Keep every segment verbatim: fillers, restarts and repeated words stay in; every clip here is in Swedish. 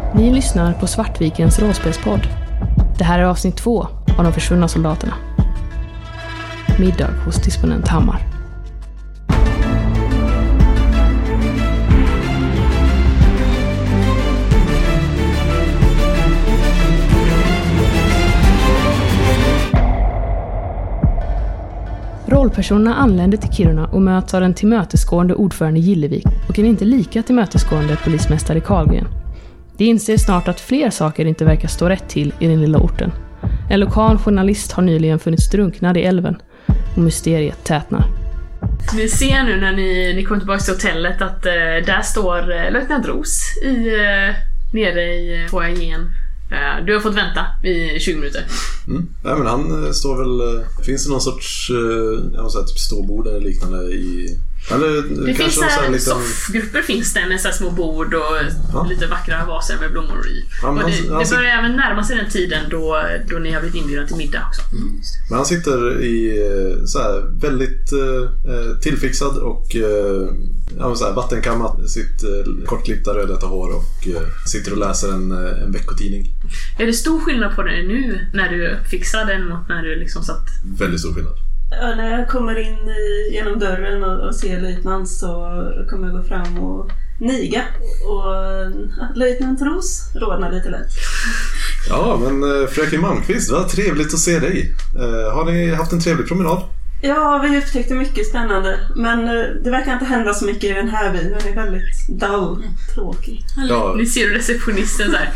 Ni lyssnar på Svartvikens rollspelspodd. Det här är avsnitt två av De försvunna soldaterna. Middag hos disponent Hammar. Rollpersonerna anländer till Kiruna och möts av en tillmötesgående ordförande Gillevik och en inte lika tillmötesgående polismästare Karlgren. De inser snart att fler saker inte verkar stå rätt till i den lilla orten. En lokal journalist har nyligen funnits drunknad i älven och mysteriet tätnar. Ni ser nu när ni, ni kommer tillbaka till hotellet att eh, där står eh, löjtnant Ros i, eh, nere i foajén. Uh, du har fått vänta i tjugo minuter. Mm. Ja, men han står väl... Finns det någon sorts uh, jag säga, typ ståbord eller liknande i... Eller, det finns där, liten... soffgrupper finns det med så små bord och ja. Lite vackra vaser med blommor i. Ja, och det, han, det börjar han... även närma sig den tiden då, då ni har blivit inbjudna till middag också. Mm. Men han sitter i så här, väldigt uh, tillfixad och uh, ja, så här, vattenkammat, sitt uh, kortklippta rödlätta hår och uh, sitter och läser en, uh, en veckotidning. Är det stor skillnad på det nu när du fixade den mot när du liksom satt? Väldigt stor skillnad. Ja, när jag kommer in i, genom dörren och, och ser löjtnant så kommer jag gå fram och niga. Och löjtnant Ros rodnar lite lätt. Ja, men fröken Malmqvist, vad trevligt att se dig. Uh, har ni haft en trevlig promenad? Ja, vi upptäckte mycket spännande. Men det verkar inte hända så mycket i den här byn. Den är väldigt dull, tråkig. Ja. Ni ser receptionisten så här.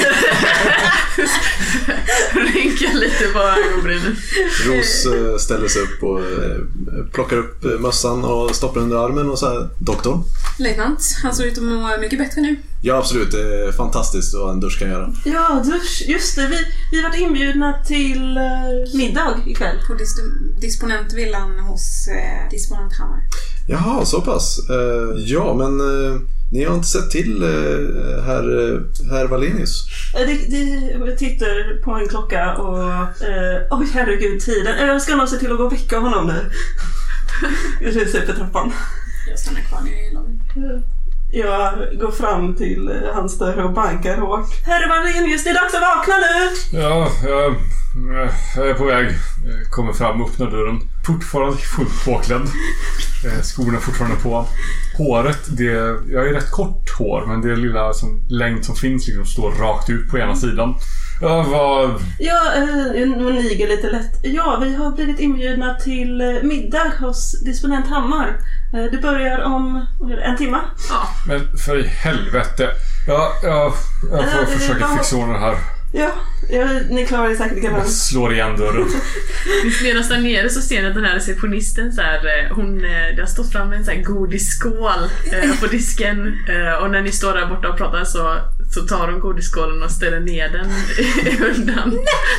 Rynkar lite på ögonbrynen. Ros ställer sig upp och plockar upp mössan och stoppar under armen och så här, doktorn. Löjtnant, han ser ut att må mycket bättre nu. Ja, absolut. Det är fantastiskt vad en dusch kan göra. Ja, dusch. Just det. Vi, vi varit inbjudna till uh, middag ikväll. På dis- disponentvillan hos uh, disponent Hammar. Jaha, så pass. Uh, ja, men uh, ni har inte sett till uh, herr, uh, herr Wallenius? Uh, det, det, jag tittar på en klocka och... Uh, oj, herregud, tiden. Jag ska nog se till att gå och väcka honom nu. Jag ser på trappan. Jag stannar kvar nere i lobbyn. Uh. Jag går fram till hans dörr och bankar hårt. Herre Wallenius, det är dags att vakna nu! Ja, jag, jag är på väg. Jag kommer fram och öppnar dörren. Fortfarande fullt påklädd. Skorna är fortfarande på. Håret, det, jag är rätt kort hår, men det lilla som, längd som finns liksom står rakt ut på ena sidan. Ja, vad... Ja, äh, niger lite lätt. Ja, vi har blivit inbjudna till middag hos disponent Hammar. Det börjar om en timme. Ja. Men för i helvete. Ja, ja jag får äh, försöka bara... fixa ordna det här. Ja, ja, ni klarar det säkert. Jag slår igen dörren. Medan där nere så ser ni att den här receptionisten så här, hon, det har stått fram en så här godisskål eh, på disken eh, och när ni står där borta och pratar så, så tar de godisskålen och ställer ner den undan.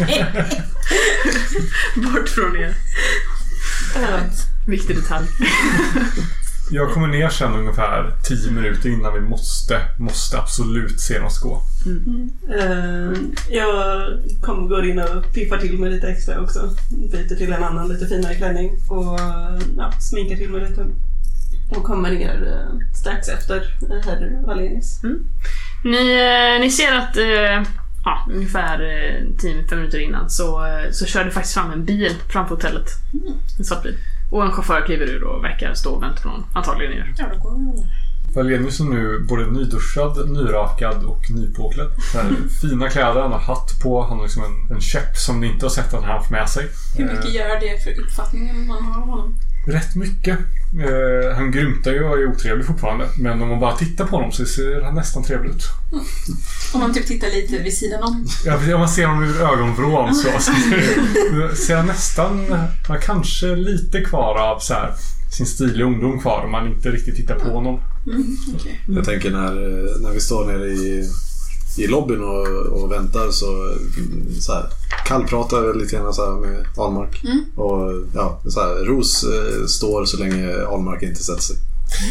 Bort från er. Ja. Viktig detalj. Jag kommer ner sen ungefär tio minuter innan vi måste måste absolut se oss gå. Mm. Uh, jag kommer gå in och piffar till mig lite extra också. Byter till en annan lite finare klänning och ja, sminkar till mig lite. Och kommer ner uh, strax efter uh, herr Wallenius. Mm. Ni, uh, ni ser att uh, ja, ungefär tio till fem minuter innan så, uh, så kör det faktiskt fram en bil framför hotellet. Mm. En svart bil. Och en chaufför kliver ur och verkar stå och vänta på någon. Antagligen ner. Ja, då går vi. Wallenius är nu både nyduschad, nyrakad och nypåklädd. Mm. Fina kläder, han har hatt på. Han har liksom en, en käpp som ni inte har sett att han har haft med sig. Hur mycket gör det för uppfattningen man har av honom? Rätt mycket. Eh, han grymtar ju och är otrevlig fortfarande. Men om man bara tittar på honom så ser han nästan trevlig ut. Mm. Om man typ tittar lite vid sidan om. Ja, om man ser honom ur ögonvrån så, så ser han nästan, han kanske lite kvar av så här, sin stiliga ungdom kvar om man inte riktigt tittar på honom. Mm, okay. Jag tänker när, när vi står nere i, i lobbyn och, och väntar så, så här, kallpratar lite grann så här med Ahlmark. Mm. Och ja, så här, Ros eh, står så länge Ahlmark inte sätter sig.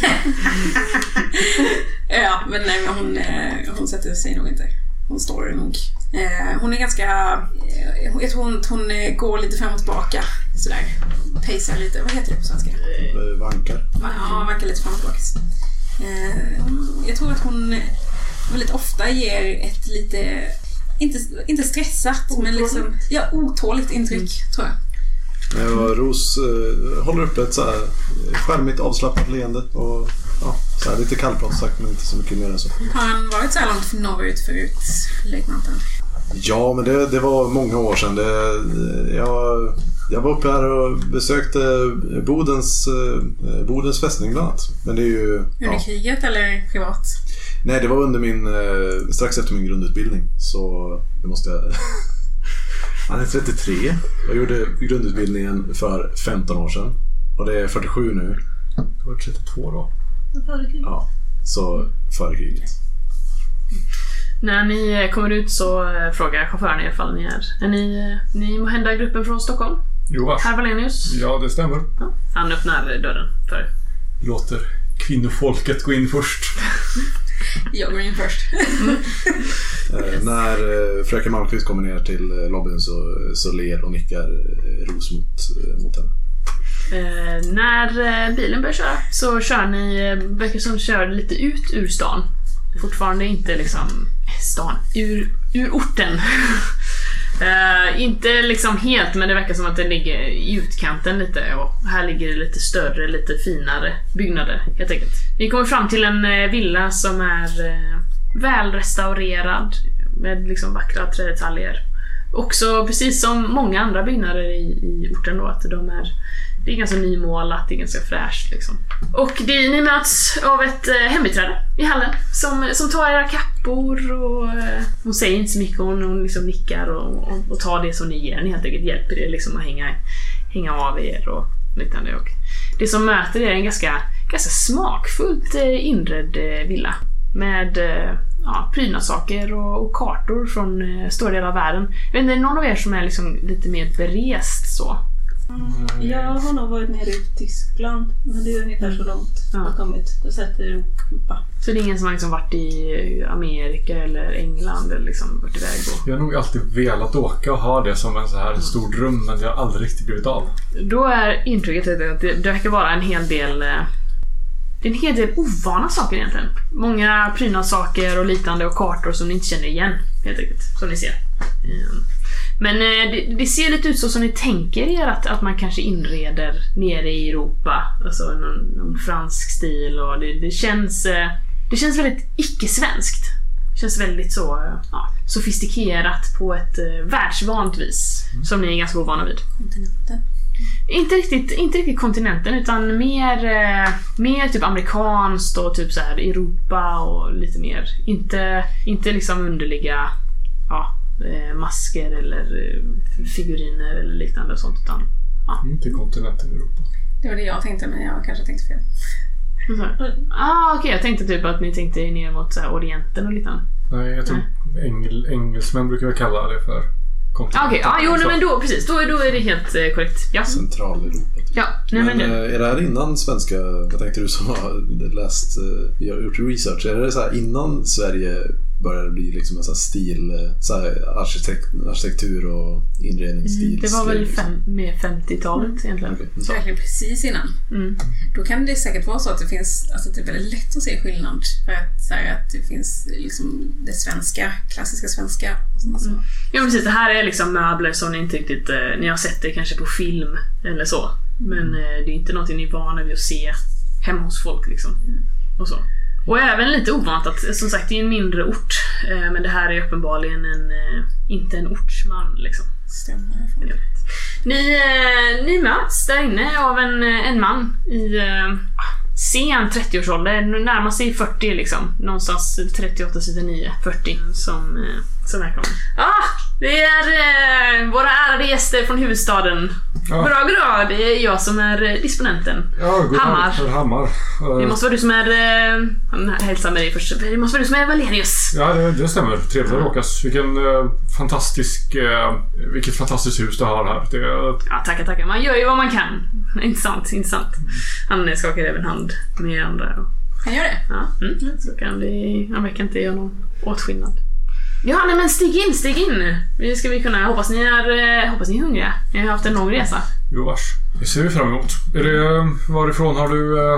Ja, men nej, hon, hon sätter sig nog inte. Hon står nog. Hon är ganska... Jag tror hon, hon går lite fram och tillbaka. Sådär. Pacear lite. Vad heter det på svenska? Vankar. Ja, vankar lite fram och tillbaka. Jag tror att hon... väldigt ofta ger ett lite, inte, inte stressat, otåligt. Men liksom, ja, otåligt intryck, mm. tror jag. Ja, Ros eh, håller upp ett så här skärmigt avslappnat leende och ja, så här, lite kallprat sagt, men inte så mycket mer än så. Har han varit så här långt norrut förut, löjtnanten? Ja, men det, det var många år sedan. Det, jag, jag var uppe här och besökte Bodens, Bodens fästning bland annat. Men det är ju... Under ja. kriget eller privat? Nej, det var under min, strax efter min grundutbildning. Så det måste jag... Han är trettiotre. Jag gjorde grundutbildningen för femton år sedan. Och det är fyrtiosju nu. Det var trettiotvå då. Före kriget? Ja, så före kriget. När ni kommer ut så frågar chauffören ifall ni är. Är ni, ni må hända gruppen från Stockholm? Jo, vars. Herr Valenius? Ja, det stämmer. Ja. Han öppnar dörren för. Låter kvinnofolket gå in först. Jag går in först. Mm. eh, när eh, fröken Malmqvist kommer ner till eh, lobbyn så, så ler och nickar eh, Ros mot, eh, mot henne. Eh, när eh, bilen börjar köra så kör ni, eh, verkar som kör lite ut ur stan. Fortfarande inte liksom stan, ur, ur orten. uh, inte liksom helt, men det verkar som att det ligger i utkanten lite. Och här ligger det lite större, lite finare byggnader helt enkelt. Vi kommer fram till en uh, villa som är uh, väl restaurerad med liksom vackra trädetaljer. Också precis som många andra byggnader i, i orten då, att de är, det är ganska nymålat, det är ganska fräscht liksom. Och det, ni möts av ett eh, hembiträde i hallen som, som tar era kappor och eh, hon säger inte så mycket, hon, hon liksom nickar och, och, och tar det som ni ger, ni helt enkelt hjälper er liksom att hänga, hänga av er och liknande. Och det som möter är en ganska, ganska smakfullt eh, inredd eh, villa med eh, ja, prydnadssaker och, och kartor från eh, stora delar av världen. Jag vet inte, är det någon av er som är liksom lite mer berest så? Mm. Jag har nog varit nere i Tyskland, men det är ungefär så långt jag har kommit. Jag sett Europa. Så det är ingen som har liksom varit i Amerika eller England eller liksom varit iväg då? Jag har nog alltid velat åka och ha det som en så här stor dröm, men det har aldrig riktigt blivit av. Då är intrycket att det, det verkar vara en hel del... Det är en hel del ovana saker egentligen. Många prydnadssaker och liknande och kartor som ni inte känner igen helt enkelt, som ni ser. Men det, det ser lite ut så som ni tänker er att, att man kanske inreder nere i Europa. Alltså någon, någon fransk stil och det, det känns det känns väldigt icke-svenskt. Det känns väldigt så ja, sofistikerat på ett världsvant vis mm. som ni är ganska ovana vid. Kontinenten. Inte riktigt, inte riktigt kontinenten utan mer, mer typ amerikanskt och typ så här Europa och lite mer. Inte, inte liksom underliga ja, masker eller figuriner eller liknande och sånt utan ja. Inte kontinenten Europa. Det var det jag tänkte, men jag kanske tänkte fel. Ah, okej, okay. Jag tänkte typ att ni tänkte ner mot så här, Orienten och liknande. Nej, jag tror engel, engelsmän brukar vi kalla det för. Okej, okay, ja, jo, nej, men då, precis, då, då är det helt eh, korrekt. Ja. Centraleuropa. Ja, nej, men, men är det här innan svenska, vad tänkte du som har läst, jag har gjort research, är det så här innan Sverige började bli liksom en sån här stil, så här arkitekt, arkitektur och inredningsstil? Mm, det var väl liksom. fem, med femtiotalet mm. egentligen. Okay. Så verkligen precis innan. Mm. Då kan det säkert vara så att det finns, alltså det är väldigt lätt att se skillnad för att säga att det finns liksom det svenska, klassiska svenska och sånt. Mm. Ja, precis, det här är liksom möbler som ni inte riktigt, eh, ni har sett det kanske på film eller så. Men eh, det är inte någonting ni är vana vid att se hemma hos folk liksom. Mm. Och så. Och även lite ovant att, som sagt, det är en mindre ort. Eh, men det här är uppenbarligen en, eh, inte en ortsman liksom. Stämmer. Ni, eh, ni möts där inne av en, en man i eh, sen trettioårsålder, närmar sig fyrtio liksom. Någonstans trettioåtta till nio, fyrtio som, eh, som här kommer. Ah, det är eh, våra ärade gäster från huvudstaden. Ja. Bra, bra, det är jag som är disponenten. Ja, god Hammar. Herr Hammar. Det måste vara du som är... Eh, han hälsar mig först. Det måste vara du som är Valenius. Ja, det, det stämmer. Trevligt att råkas. Vilken eh, fantastisk... Eh, vilket fantastiskt hus du har här. Det, ja, tackar, tackar. Man gör ju vad man kan. Intressant, intressant. Han skakar även hand med andra. Han gör det? Ja, mm. Så kan det... Han verkar inte göra någon åtskillnad. Ja, nej men stig in, stig in. Vi ska vi kunna, hoppas ni är, hoppas ni är hungriga. Ni har haft en lång resa. Jo vars. Det ser vi fram emot. Är det, varifrån har du,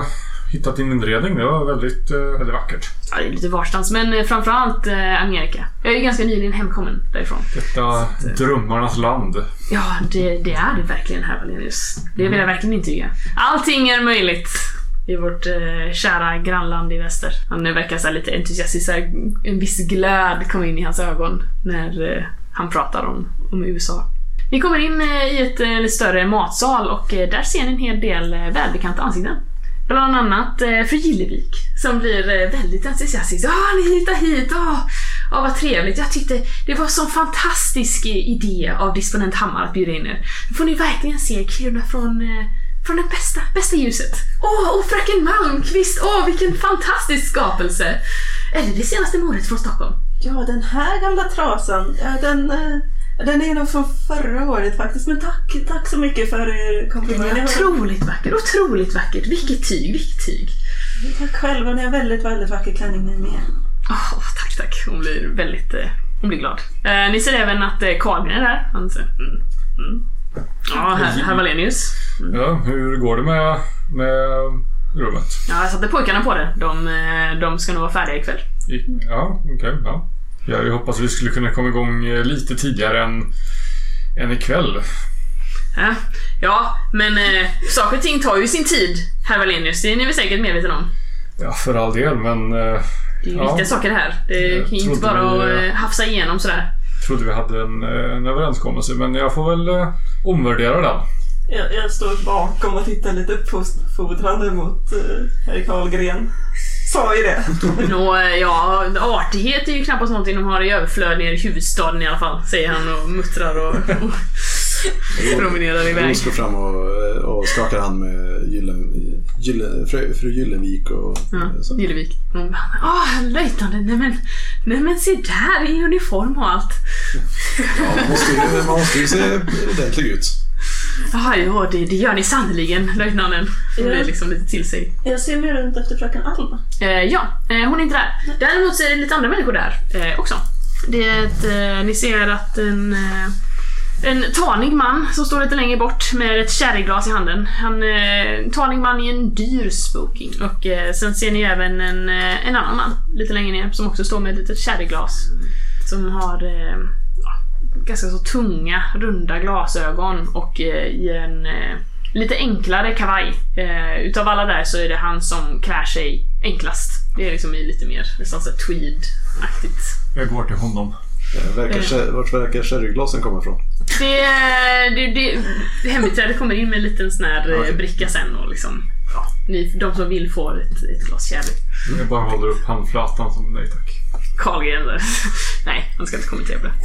hittat din inredning. Det var väldigt, väldigt vackert. Ja, det är lite varstans, men framförallt eh, Amerika. Jag är ju ganska nyligen hemkommen därifrån. Detta att, drömmarnas land. Ja, det, det är det verkligen här, Valenius. Det vill jag verkligen intyga. Allting är möjligt i vårt eh, kära grannland i väster. Han verkar så här lite entusiastisk. Så här, en viss glöd kom in i hans ögon när eh, han pratar om, om U S A. Ni kommer in eh, i ett eh, större matsal och eh, där ser ni en hel del eh, välbekanta ansikten. Bland annat eh, fru Gillevik som blir eh, väldigt entusiastisk. Ja, ah, ni hittar hit. Ja, ah, ah, vad trevligt. Jag tyckte det var en sån fantastisk eh, idé av disponent Hammar att bjuda in er. Nu får ni verkligen se Kiruna från... Eh, Från det bästa, bästa ljuset. Åh, oh, och fröken Malmqvist. Åh, oh, vilken fantastisk skapelse. Är det det senaste mordet från Stockholm? Ja, den här gamla trasan. Ja, den, den är nog från förra året faktiskt. Men tack, tack så mycket för er komplimang. Otroligt vackert, otroligt vackert. Vilket tyg, vilket tyg. Tack själv, och ni har väldigt, väldigt vacker klänning ni med. Åh, oh, tack, tack. Hon blir väldigt, eh, hon blir glad. Eh, ni ser även att eh, Carlgren är där. Han säger, mm, mm. Ja, här, här Valenius. Mm. Ja, hur går det med, med rummet? Ja, jag satte pojkarna på det. De, de ska nog vara färdiga ikväll. I, ja, okej. Okay, ja. Jag hoppas vi skulle kunna komma igång lite tidigare än, än ikväll. Ja, ja men eh, saker och ting tar ju sin tid, herr Valenius. Det är ni väl säkert medveten om. Ja, för all del, men... Eh, det är ju ja. viktiga saker det här. Det är inte bara vi, att hafsa igenom sådär. Jag trodde vi hade en, en överenskommelse, men jag får väl eh, omvärdera den. Jag, jag står bakom och tittar lite postfodrande mot uh, herr Carlgren. Sa ju det. Nå, ja, artighet är ju knappast någonting de har i överflöd ner i huvudstaden i alla fall, säger han och muttrar och, och promenerar iväg. Jag ska fram och, och skakar hand med Gyllen, Gyllen, fru, fru Gyllenvik och ja, så. Gyllevik. Åh, ah, löjtande, nej men, nej men se där i uniform och allt. Ja, man måste ju, man måste ju se ordentligt ut. Ah, ja, det, det gör ni sannoliken, löjtnanten. Hon blir liksom lite till sig. Jag ser mig runt efter fröken Alma. Eh, ja, eh, hon är inte där. Däremot så är det lite andra människor där eh, också. Det är ett, eh, ni ser att en, eh, en tanig man som står lite längre bort med ett sherryglas i handen. Han är eh, en tanig man i en dyr smoking. Och eh, sen ser ni även en, eh, en annan man lite längre ner som också står med ett litet sherryglas. Som har... Eh, ganska så tunga, runda glasögon och eh, i en eh, lite enklare kavaj. Eh, utav alla där så är det han som klär sig enklast. Det är liksom i lite mer nästan så tweed-aktigt. Jag går till honom. Verkar, eh. Vart verkar sherryglasen komma ifrån? Det, det, det hembiträdet kommer in med en liten sån här okay. bricka sen och liksom, ja, ni, de som vill får ett, ett glas kärlek. Jag bara håller upp handflatan som nej tack. Carlgren där. Nej, han ska inte kommentera på det.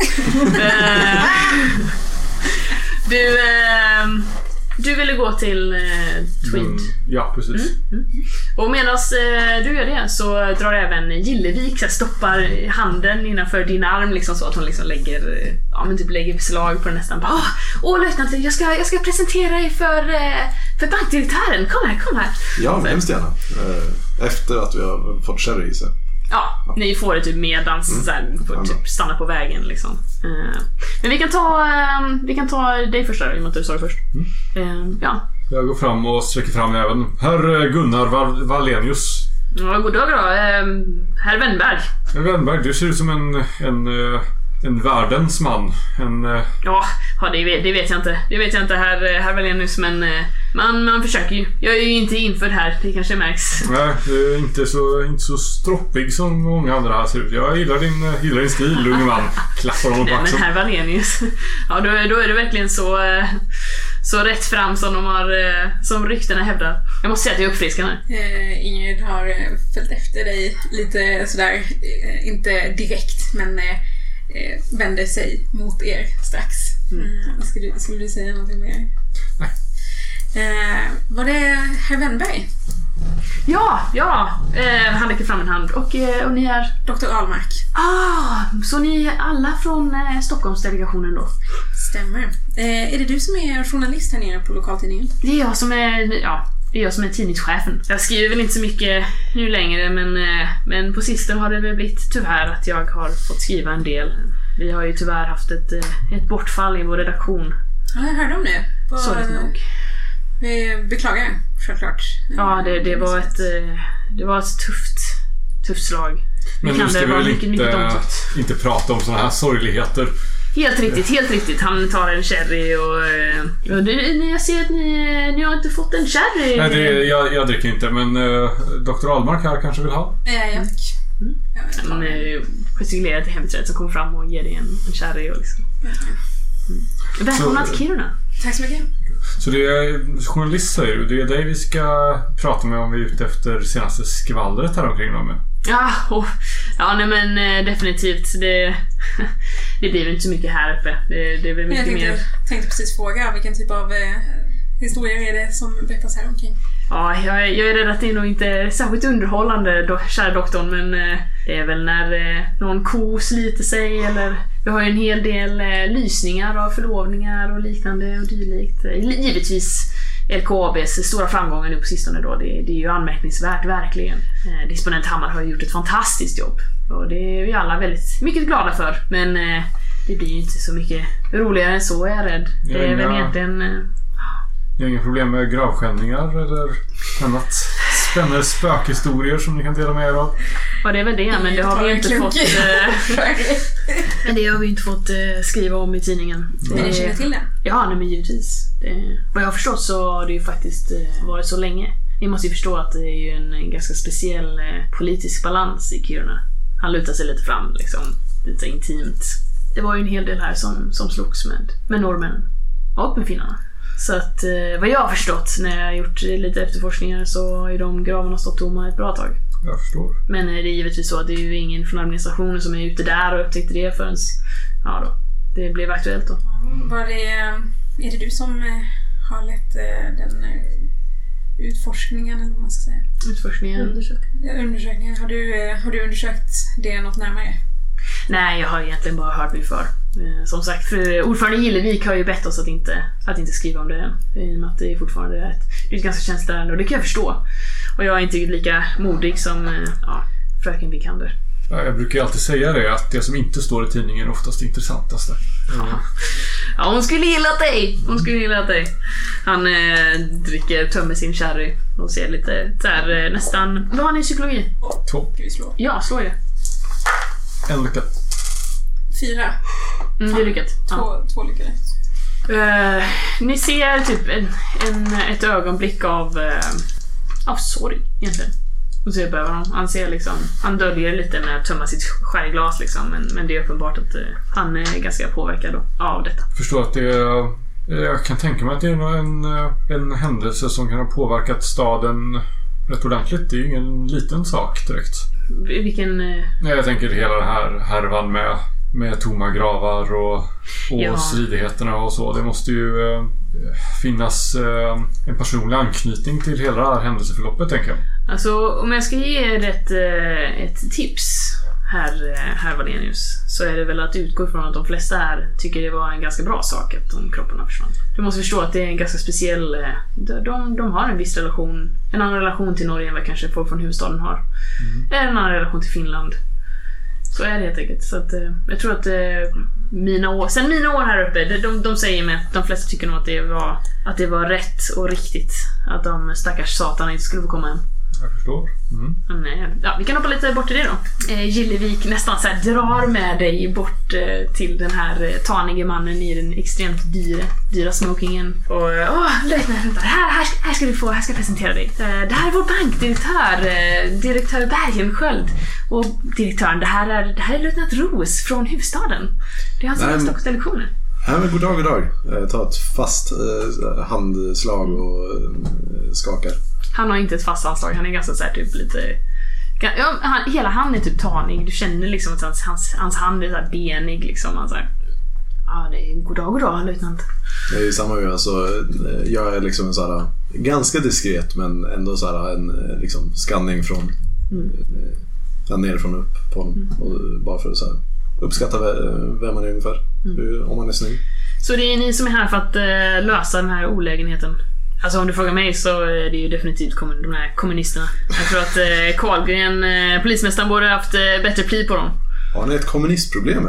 Du, äh, du ville gå till äh, Tweed. Mm, ja, precis. Mm, mm. Och medan äh, du gör det så drar även Gillevik så här, stoppar handen innanför din arm liksom, så att hon liksom lägger, ja, men typ lägger beslag på den nästan. Åh, åh löjtnant, jag ska, jag ska presentera er för, äh, för bankdirektören. Kom här, kom här. Ja, hemskt gärna. Efter att vi har fått sherry i sig. Ja, ja, ni får det typ medans mm. så här, får typ stanna på vägen liksom. Uh, men vi kan ta uh, vi kan ta dig först där, i och med att du sa det först. Mm. Uh, ja. Jag går fram och sträcker fram även herr Gunnar Val- Valenius. Ja, god dag då. Uh, herr Wennberg. Herr Wennberg, du ser ut som en en uh, en världens man. En uh... Ja, ja det, vet, det vet jag inte. Det vet jag inte herr herr Valenius, men uh, man man försöker ju. Jag är ju inte inför här, det kanske märks. Nej, det är inte så inte så stroppig som många andra här ser ut. Jag gillar din gillar din stil, unge man. Klappar honom på axeln. Nej, men herr Valenius. Ja, då, då är det verkligen så så rätt fram som de har som ryktena hävdar. Jag måste säga att jag är uppfriskande. Eh, Ingrid har följt efter dig lite sådär, eh, inte direkt, men eh, vänder sig mot er strax. Mm. Mm, skulle, skulle du säga någonting mer? Nej. Eh, var det herr Wennberg? Ja, ja. Eh, han lägger fram en hand. Och, eh, och ni är? doktor Ahlmark. Ah, så ni är alla från eh, Stockholmsdelegationen då? Stämmer. Eh, är det du som är journalist här nere på lokaltidningen? Det är jag som är, ja, det är jag som är tidningschefen. Jag skriver väl inte så mycket nu längre, men, eh, men på sistone har det väl blivit tyvärr att jag har fått skriva en del. Vi har ju tyvärr haft ett, ett bortfall i vår redaktion. Ja, jag hörde om det. På... Sorgligt nog. Vi beklagar, självklart. Ja, det, det var ett det var ett tufft tufft slag. Men nu ska vi väl mycket, inte, mycket inte prata om såna här sorgligheter. Helt riktigt, helt riktigt. Han tar en sherry och... Ja, det, jag ser att ni, ni har inte fått en sherry. Nej, det, jag, jag dricker inte, men uh, doktor Ahlmark här kanske vill ha. Ja, jag fick. Mm. Han gestikulerar till hemträd som kommer fram och ger dig en, en sherry. Och liksom. mm. Välkomna till Kiruna. Tack så mycket. Så det är journalist, säger du. Det är dig vi ska prata med om vi är ute efter senaste skvallret här omkring dem. Ja, oh, ja nej men definitivt. Det, det blir väl inte så mycket här uppe. Det, det blir mycket jag tänkte, mer... tänkte precis fråga, vilken typ av eh, historier är det som berättas här omkring? Ja, jag, jag är rädd att det är nog inte särskilt underhållande, då, kära doktorn, men eh, det är väl när eh, någon ko sliter sig, eller vi har ju en hel del eh, lysningar av förlovningar och liknande och dylikt. Givetvis L K A B:s stora framgångar nu på sistone då, det, det är ju anmärkningsvärt verkligen. Eh, disponent Hammar har gjort ett fantastiskt jobb och det är vi alla väldigt mycket glada för, men eh, det blir ju inte så mycket roligare än så, är jag rädd. Det är väl egentligen... Eh, Ni har inga problem med gravskändningar eller annat spännande spökhistorier som ni kan dela med er av? Ja, det är väl det, men det har vi inte fått eh, men det har vi inte fått eh, skriva om i tidningen. Men ni känner till det? Ja, nej, men givetvis. Det, vad jag har förstått så har det ju faktiskt eh, varit så länge. Ni måste ju förstå att det är ju en, en ganska speciell eh, politisk balans i Kiruna. Han lutar sig lite fram, liksom, lite intimt. Det var ju en hel del här som, som slogs med, med norrmännen och med finnarna. Så att eh, vad jag har förstått när jag har gjort lite efterforskningar så har ju de gravarna stått tomma ett bra tag. Jag förstår. Men eh, det är givetvis så att det är ju ingen från administrationen som är ute där och upptäckte det förrän ja då, det blev aktuellt då. Var det, är det du som eh, har lett eh, den eh, utforskningen eller vad man ska säga? Utforskningen? Undersökningen. Undersökningen. Har du, eh, har du undersökt det något närmare? Nej, jag har egentligen bara hört mig för. Som sagt, för ordförande Gillevik har ju bett oss att inte, att inte skriva om det än. I och med att det är fortfarande ett, det är ett ganska känsligt ärende, och det kan jag förstå. Och jag är inte lika modig som ja, fröken Vikander. Ja, jag brukar alltid säga det, att det som inte står i tidningen är oftast det intressantaste. Ja, ja hon skulle gilla dig. Hon skulle gilla dig. Han eh, dricker, tömmer sin sherry och ser lite så här, eh, nästan... Vad har ni i psykologi? Två. Ska vi slå? Ja, slå det. En lyckat. Fyra. Mm, det är lyckat. Två, ja. två lyckade. Uh, ni ser typ en, en, ett ögonblick av uh, av sorg egentligen. Och så behöver han. Han ser liksom, han döljer lite med att tömma sitt skärglas liksom, men, men det är uppenbart att uh, han är ganska påverkad då, av detta. Jag förstår att det är, jag kan tänka mig att det är en, en händelse som kan ha påverkat staden rätt ordentligt. Det är ju ingen liten sak direkt. Vilken... Uh... Nej, jag tänker hela den här härvan med med tomma gravar och, och ja. stridigheterna och så. Det måste ju eh, finnas eh, en personlig anknytning till hela det här händelseförloppet, tänker jag. Alltså, om jag ska ge er ett, ett tips här, här Valenius, så är det väl att utgå från att de flesta här tycker det var en ganska bra sak att de kropparna försvann. Du måste förstå att det är en ganska speciell... De, de har en viss relation, en annan relation till Norge än vad kanske folk från huvudstaden har. Mm. En annan relation till Finland. Så är det helt enkelt. Så att, jag tror att mina år, sen mina år här uppe, de, de säger mig att de flesta tycker nog att det var, att det var rätt och riktigt att de stackars satarna inte skulle få komma hem. Jag förstår. Mm. Men, ja, vi kan hoppa lite bort till det då. Eh, Gillevik nästan så här drar med dig bort eh, till den här eh, tanige mannen i den extremt dyra, dyra smokingen. Och åh, löjtnant, här, här, här ska du få, här ska jag presentera dig. Eh, det här är vår bankdirektör, eh, direktör Bergensköld. Och direktören, det här är, det här är löjtnant Ros från huvudstaden. Det är hans som har stått lektioner. Ja, men god dag, god dag. Jag tar ett fast eh, handslag och eh, skakar. Han har inte ett fast anslag, han är ganska så här typ lite... Ja, han, hela han är typ tanig, du känner liksom att hans, hans, hans hand är så här benig liksom. Han så här, ja, det är god dag, god dag, löjtnant. Det är ju samma gång, alltså, jag är liksom en så här, ganska diskret men ändå så här en liksom skanning från mm. eh, nerifrån och upp på honom. Mm. Och bara för att så här, uppskatta vem man är ungefär, mm. hur, om man är snygg. Så det är ni som är här för att eh, lösa den här olägenheten? Alltså om du frågar mig så är det ju definitivt de här kommunisterna. Jag tror att eh, Karlgren, eh, polismästaren, borde haft eh, bättre pli på dem. Har ni ett kommunistproblem, jag menar?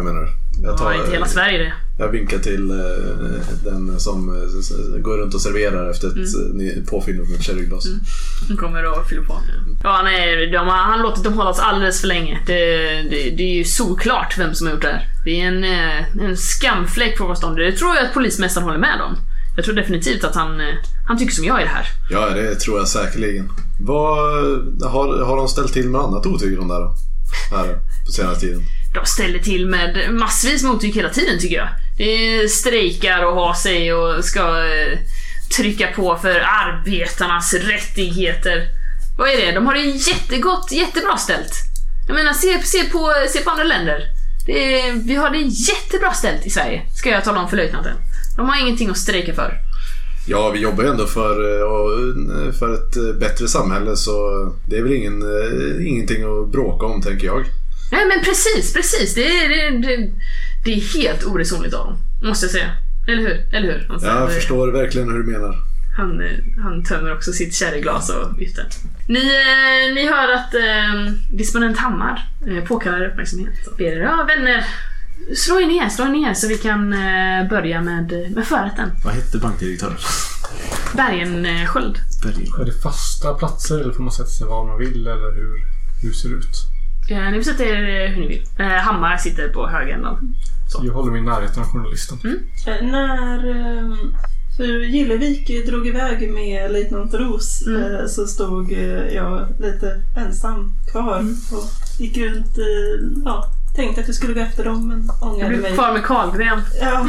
Jag tar, ja, inte hela Sverige det. Jag vinkar till uh, den som uh, går runt och serverar efter ett mm. påfyllning med ett sherryglas. Mm. Han kommer och fyller på. Mm. Ja, nej, de, han låter dem hållas alldeles för länge. Det, det, det är ju såklart vem som har gjort det här. Det är en, en skamfläck på vår stånd. Det tror jag att polismästaren håller med om. Jag tror definitivt att han, han tycker som jag i det här. Ja, det tror jag säkerligen. Vad, har, har de ställt till med annat otyg de där då? Här på senaste tiden? De ställer till med massvis med otyg hela tiden tycker jag. Det är strejkar och ha sig och ska eh, trycka på för arbetarnas rättigheter. Vad är det? De har det jättegott, jättebra ställt. Jag menar, se, se, på, se på andra länder. Det är, vi har det jättebra ställt i Sverige, ska jag tala om för löjtnanten. De har ingenting att strejka för. Ja, vi jobbar ju ändå för, för ett bättre samhälle, så det är väl ingen, ingenting att bråka om, tänker jag. Nej, men precis, precis. Det är, det, det, det är helt oresonligt av dem, måste jag säga. Eller hur? Eller hur? Han jag det, förstår verkligen hur du menar. Han, han tömmer också sitt sherryglas och viftar. Ni, ni hör att eh, disponent Hammar eh, påkallar uppmärksamhet. Ber er, ja vänner, slå er ner, slå er ner så vi kan eh, börja med, med förrätten. Vad heter bankdirektören? Bergensköld. Är det fasta platser eller får man sätta sig var man vill, eller hur, hur ser det ut? Ja, ni får sätta er hur ni vill. Eh, Hammar sitter på högändan. Så. Jag håller mig i närheten av journalisten. Mm. Eh, när eh, för Gillevik drog iväg med löjtnant Ros mm. eh, så stod eh, jag lite ensam kvar mm. och gick runt, eh, ja, tänkte att jag skulle gå efter dem, men ångrade mig. Du är kvar med Karlgren. Ja.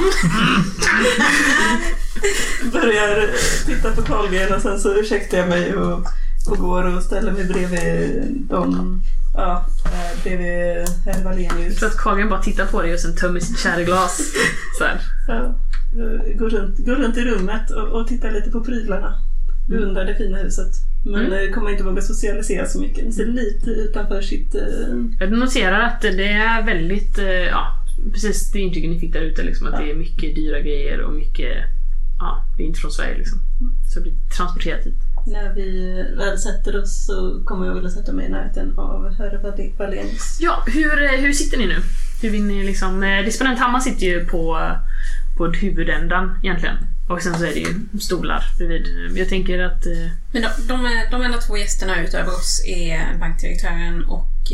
Börjar titta på Karlgren och sen så ursäktar jag mig och, och går och ställer mig bredvid dem. Ja, bredvid herr Wallenius. Så att Karlgren bara tittar på dig och sen tömmer sitt kärglas. Så här. Ja, går runt, går runt i rummet och, och tittar lite på prylarna. Beundrar det fina huset. Men mm. kommer inte våga socialisera så mycket. Det ser lite utanför sitt... Uh... Jag noterar att det är väldigt... Uh, ja, precis det intrycket ni fick där ute. Liksom, att ja. Det är mycket dyra grejer och mycket... Ja, det är inte från Sverige liksom. Så det blir transporterat hit. När vi väl sätter oss så kommer jag vilja sätta mig i närheten av herr Wallenius. Ja, hur, hur sitter ni nu? Hur vill ni liksom... Disponent Hammar sitter ju på, på huvudändan egentligen. Och sen så är det ju stolar bredvid. Jag tänker att... Eh... Men de, de, de enda två gästerna utöver oss är bankdirektören och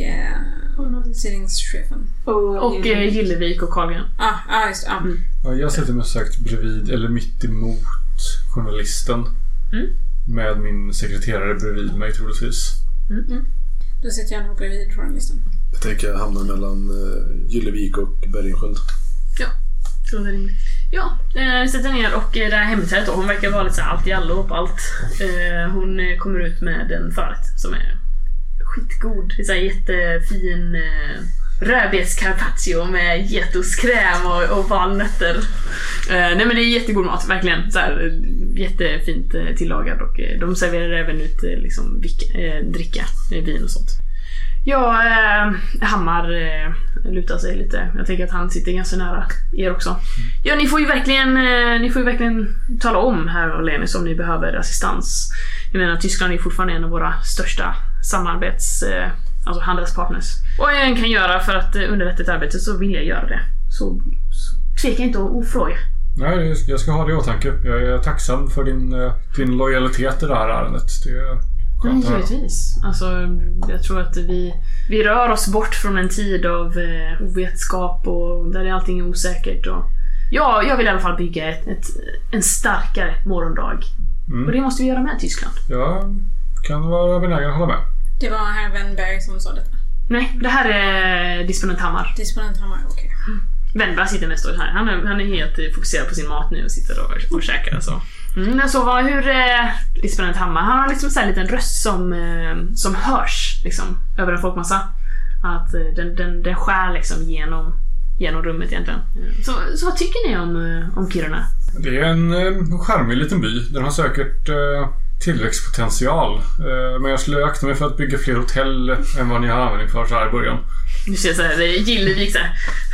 eh, sittningschefen. Och, och eh, Gillevik och Karlgren. Ah, ah, just ah. Mm. Ja, jag sitter med sagt bredvid, eller mitt emot journalisten. Mm. Med min sekreterare bredvid mig troligtvis. Mm. Mm. Då sitter jag nog bredvid journalisten. Jag tänker jag hamnar mellan uh, Gillevik och Bergensköld. Ja, så är det. Ja, eh, sätter ner och det här hemträdet då, hon verkar vara lite så här allt i allo på allt. Eh, hon kommer ut med en förrätt som är skitgod. Det är så här jättefin eh, rödbetscarpaccio med getoskräm och, och valnötter. Eh, nej men det är jättegod mat, verkligen. Så här, jättefint eh, tillagad och eh, de serverar även ut eh, liksom, vilka, eh, dricka, eh, vin och sånt. Ja, eh, Hammar eh, lutar sig lite. Jag tänker att han sitter ganska nära er också. Mm. Ja, ni får ju verkligen eh, ni får ju verkligen tala om här och Lenis om ni behöver assistans. Jag menar, Tyskland är fortfarande en av våra största samarbets eh, alltså handelspartners. Och jag kan göra för att eh, underlätta ett arbete så vill jag göra det. Så, så tveka inte att ofråga. Nej, jag ska ha det i åtanke. Jag är tacksam för din, din lojalitet i det här ärendet. Det är Nej, givetvis. Alltså, jag tror att vi, vi rör oss bort från en tid av eh, ovetskap och där allting är osäkert. Och, ja, jag vill i alla fall bygga ett, ett, en starkare morgondag. Mm. Och det måste vi göra med Tyskland. Ja, kan vara benägen att hålla med. Det var herr Wennberg som sa detta. Nej, det här är disponent Hammar. Disponent Hammar, okej. Okay. Mm. Wennberg sitter mest här. Han är, han är helt fokuserad på sin mat nu och sitter och, och käkar och så. Mm, så vad, hur eh, disponent Hammar, han har liksom så här en liten röst som, eh, som hörs liksom, över en folkmassa. Att eh, den, den, den skär liksom genom, genom rummet egentligen. Så, så vad tycker ni om, eh, om Kiruna? Det är en eh, charmig liten by. Den har säkert eh, tillväxtpotential. Eh, men jag skulle akta mig för att bygga fler hotell än vad ni har användning för så här i början. Du ser så här, det är Gillevik så här.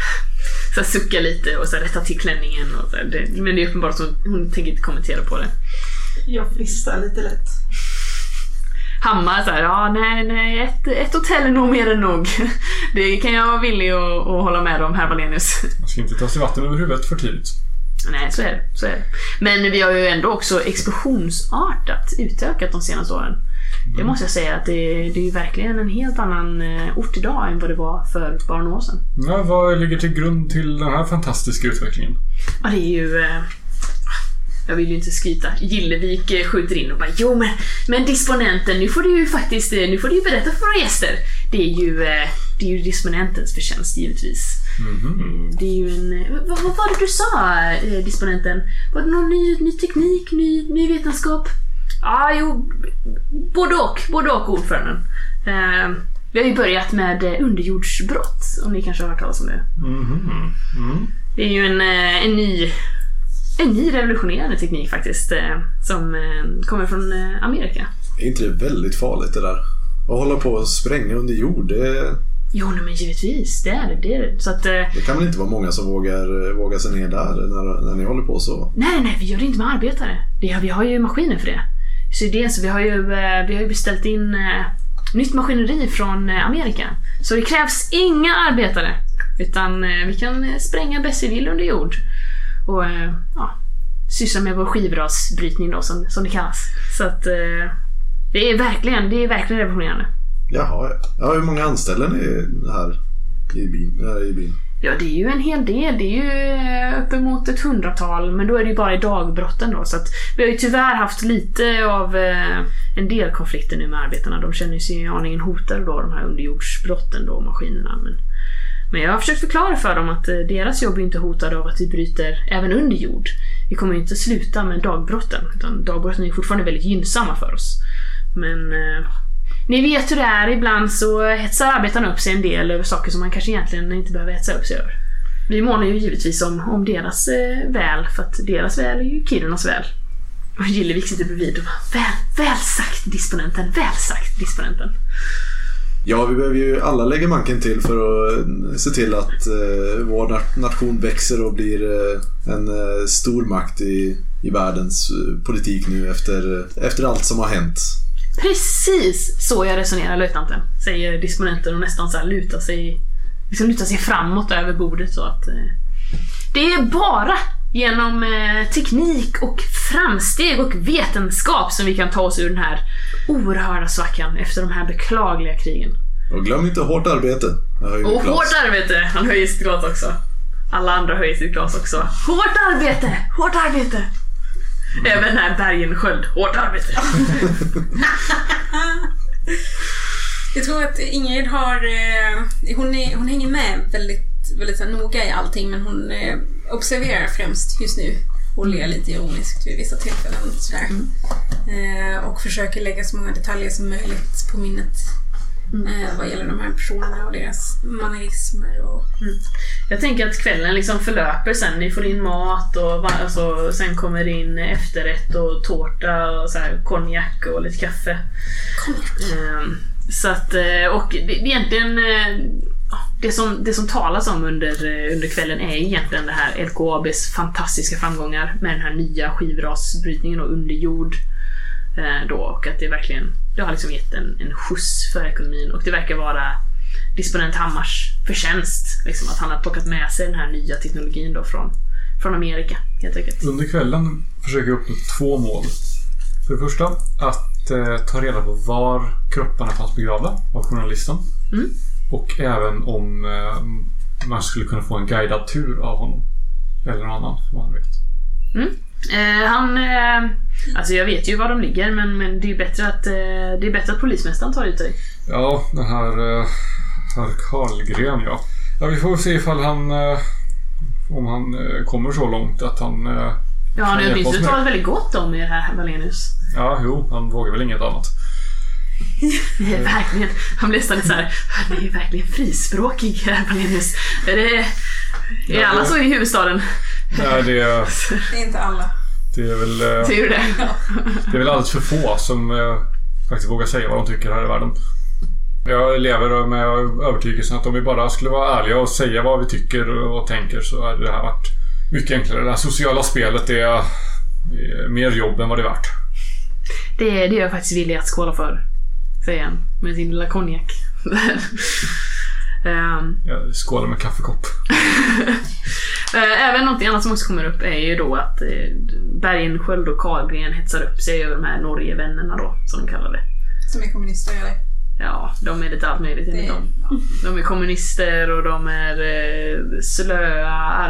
Så här, sucka lite och så här, rätta till klänningen och så här, det, men det är uppenbart att hon, hon tänker inte kommentera på det. Jag flistar lite lätt. Hammar så här, ja nej nej ett, ett hotell är nog mer än nog. Det kan jag vara villig att, att hålla med om här, Valenius. Man ska inte ta sig vatten över huvudet för tidigt. Nej, så är det, så är det. Men vi har ju ändå också explosionsartat utökat de senaste åren. Mm. Det måste jag säga att det, det är ju verkligen en helt annan ort idag än vad det var för bara några år sedan. Ja, vad ligger till grund till den här fantastiska utvecklingen? Ja, det är ju... Jag vill ju inte skryta. Gillevik skjuter in och bara, jo men, men disponenten, nu får du ju faktiskt, nu får du ju berätta för våra gäster. Det är ju, det är ju disponentens förtjänst givetvis. Mm-hmm. Det är ju en, vad, vad var det du sa, disponenten? Var det någon ny, ny teknik, ny, ny vetenskap? Ja, ah, jo, både och, både och ordföranden. Uh, vi har ju börjat med underjordsbrott, om ni kanske har hört talas om det. Mm-hmm. Mm. Det är ju en, en ny... En ny revolutionerande teknik faktiskt, eh, som eh, kommer från eh, Amerika. Är inte det väldigt farligt det där? Att hålla på och spränga under jord, det... Jo, nej, men givetvis, det är det. Det, är det. Så att, eh, det kan väl inte vara många som vågar, vågar sig ner där när, när ni håller på så? Nej, nej, vi gör det inte med arbetare. Det har, vi har ju maskiner för det. Så det är så vi har ju, eh, vi har ju beställt in eh, nytt maskineri från eh, Amerika. Så det krävs inga arbetare. Utan eh, vi kan spränga bäst vi vill under jord. Och ja, syssla med vår skivrasbrytning då, som, som det kallas. Så att eh, det är verkligen det är verkligen revolutionerande. Jaha, ja. Hur många anställda är här i byn? Här i byn? Ja, det är ju en hel del. Det är ju uppemot ett hundratal, men då är det ju bara i dagbrotten då. Så att vi har ju tyvärr haft lite av eh, en del konflikter nu med arbetarna. De känner sig aningen hotade då, de här underjordsbrotten då, maskinerna. Men Men jag har försökt förklara för dem att deras jobb är inte hotade av att vi bryter även under jord. Vi kommer inte sluta med dagbrotten, utan dagbrotten är fortfarande väldigt gynnsamma för oss. Men eh, ni vet hur det är, ibland så hetsar arbetarna upp sig en del över saker som man kanske egentligen inte behöver hetsa upp sig över. Vi månar ju givetvis om, om deras eh, väl, för att deras väl är ju Kirunas väl. Och Gillevik sitter bredvid och bara, väl, väl sagt disponenten, väl sagt disponenten. Ja, vi behöver ju alla lägga manken till för att se till att eh, vår nation växer och blir eh, en eh, stor makt i, i världens eh, politik nu efter, efter allt som har hänt. Precis så jag resonerar, löjtnanten, säger disponenten och nästan så här lutar sig, liksom lutar sig framåt över bordet så att eh, det är bara genom eh, teknik och framsteg och vetenskap som vi kan ta oss ur den här oerhörda svackan efter de här beklagliga krigen. Och glöm inte hårt arbete. Och hårt arbete, han höjer sitt glas också. Alla andra höjer sitt glas också. Hårt arbete, hårt arbete. Mm. Även när bergen sköld, hårt arbete. Jag tror att Ingrid har eh, hon, är, hon hänger med väldigt, väldigt så noga i allting, men hon eh, observerar främst just nu och ler lite ironiskt vid vissa tillfällen sådär. Mm. Eh, och försöker lägga så många detaljer som möjligt på minnet mm. eh, vad gäller de här personerna och deras manierismer och... Mm. Jag tänker att kvällen liksom förlöper sen, ni får in mat och alltså, sen kommer det in efterrätt och tårta och så här, konjak och lite kaffe. Konjak. Eh, så att, och det, det egentligen det som, det som talas om under, under kvällen är egentligen det här L K A B:s fantastiska framgångar med den här nya skivrasbrytningen och under jord eh, då, och att det verkligen det har liksom gett en, en skjuts för ekonomin, och det verkar vara disponent Hammars förtjänst liksom, att han har plockat med sig den här nya teknologin då från, från Amerika helt enkelt. Under kvällen försöker jag uppnå två mål. För det första att eh, ta reda på var kropparna fanns begravda av journalisten. Mm. Och även om eh, man skulle kunna få en guidad tur av honom. Eller någon annan som han vet. Mm. Eh, han, eh, alltså jag vet ju var de ligger, men, men det är bättre att eh, det är bättre att polismästaren tar ut dig. Ja, den här eh, herr Karlgren, ja. Ja, vi får se ifall han eh, om han eh, kommer så långt att han eh, ja, han har åtminstone talat väldigt gott om er här, Valenius. Ja, jo, han vågar väl inget annat. Det är verkligen, han blir nästan lite så här, han är ju verkligen frispråkig här, Valenius. Är det är ja, alla det, så i huvudstaden? Nej, det är, det är inte alla. Det är väl det är, det. det är väl alldeles för få som eh, faktiskt vågar säga vad de tycker här i världen. Jag lever med övertygelsen att om vi bara skulle vara ärliga och säga vad vi tycker och tänker, så hade det här varit mycket enklare. Det här sociala spelet är, är mer jobb än vad det är värt. Det, det är jag faktiskt villig att skåla för. säger han med sin lilla konjak. um, Jag skålar med kaffekopp. Även något annat som också kommer upp är ju då att Bergensköld och Karlgren hetsar upp sig över de här Norgevännerna då, som de kallar det. Som är kommunister eller? Ja, de är lite allt möjligt enligt dem. Ja. De är kommunister och de är eh, slöa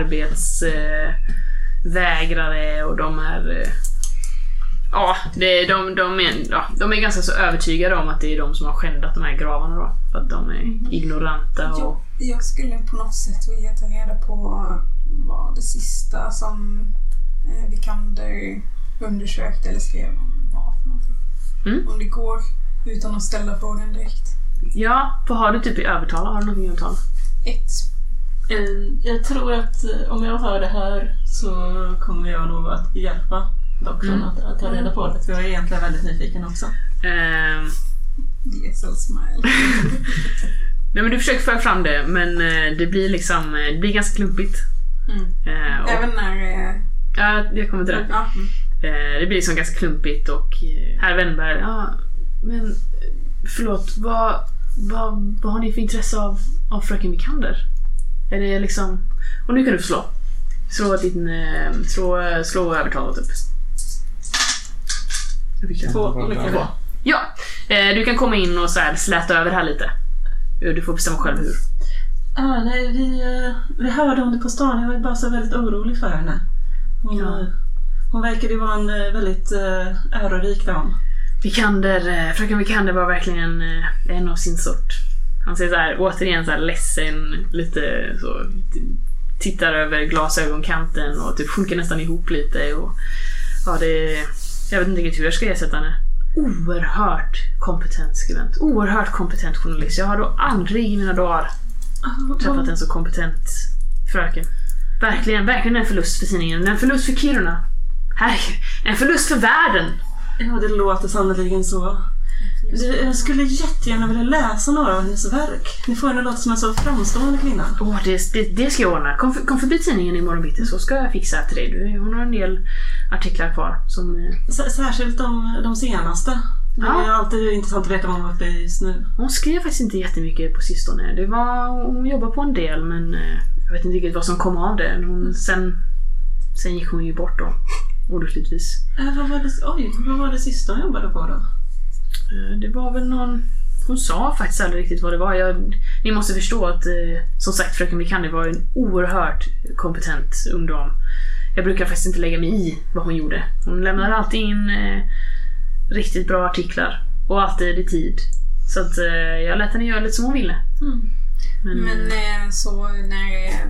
arbetsvägrare eh, och de är eh, ja, det, de, de, är, ja, de är ganska så övertygade om att det är de som har skändat de här gravarna då, för att de är ignoranta och... Jag, jag skulle på något sätt vilja ta reda på vad det sista som eh, Vikander undersökte eller skrev om var för någonting. Mm. Om det går utan att ställa frågan direkt. Ja, vad har du typ i övertala? Har du någonting i övertala? Ett. Jag tror att om jag hör det här så kommer jag nog att hjälpa doktorn mm. att, att ta reda på det. För jag är egentligen väldigt nyfiken också. Um... D S L smile. Nej, men du försöker föra fram det, men det blir liksom, det blir ganska klumpigt. Mm. Uh, och... Även när... Uh... Ja, jag kommer till det. Ja. Mm. Uh, det blir liksom ganska klumpigt och uh, herr Wennberg, ja, men förlåt, vad, vad, vad har ni för intresse av, av fröken Vikander? Är det liksom... Och nu kan du få slå. Slå din... Slå, slå övertalet upp. Två, lycka på. Ja, du kan komma in och så här släta över här lite. Du får bestämma själv hur. Ah, nej, vi, vi hörde om det på stan. Jag var bara så väldigt orolig för henne. Hon, ja. hon verkade ju vara en väldigt ärorik dam. Vikander, fröken Vikander var verkligen en av sin sort. Han ser så här, återigen så här ledsen, lite så, tittar över glasögonkanten och typ sjunker nästan ihop lite och ja, det, jag vet inte riktigt hur jag ska ersätta henne. Oerhört kompetent skribent, oerhört kompetent journalist. Jag har då aldrig i mina dagar träffat en så kompetent fröken. Verkligen, verkligen en förlust för tidningen, en förlust för Kiruna. Här, en förlust för världen. Ja, det låter sannoliken så. Jag skulle jättegärna vilja läsa några av hennes verk. Ni får henne låta som en så framstående kvinna. Åh, oh, det, det, det ska jag ordna. Kom, kom förbi tidningen imorgon bitti så ska jag fixa till dig. Hon har en del artiklar kvar. Som... S- särskilt de, de senaste. Det är ja. alltid intressant att veta vad hon var uppe i just nu. Hon skrev faktiskt inte jättemycket på sistone. Det var, hon jobbar på en del, men jag vet inte riktigt vad som kom av det. Hon, sen, sen gick hon ju bort då. Olyckligtvis. Äh, vad var det, oj, vad var det sista hon jobbade på då? Det var väl någon... Hon sa faktiskt aldrig riktigt vad det var. Jag, ni måste förstå att, som sagt, fröken Vikander var en oerhört kompetent ungdom. Jag brukar faktiskt inte lägga mig i vad hon gjorde. Hon lämnade alltid in eh, riktigt bra artiklar. Och alltid i tid. Så att eh, jag lät henne göra lite som hon ville. Mm. Men, Men eh, så när... Eh...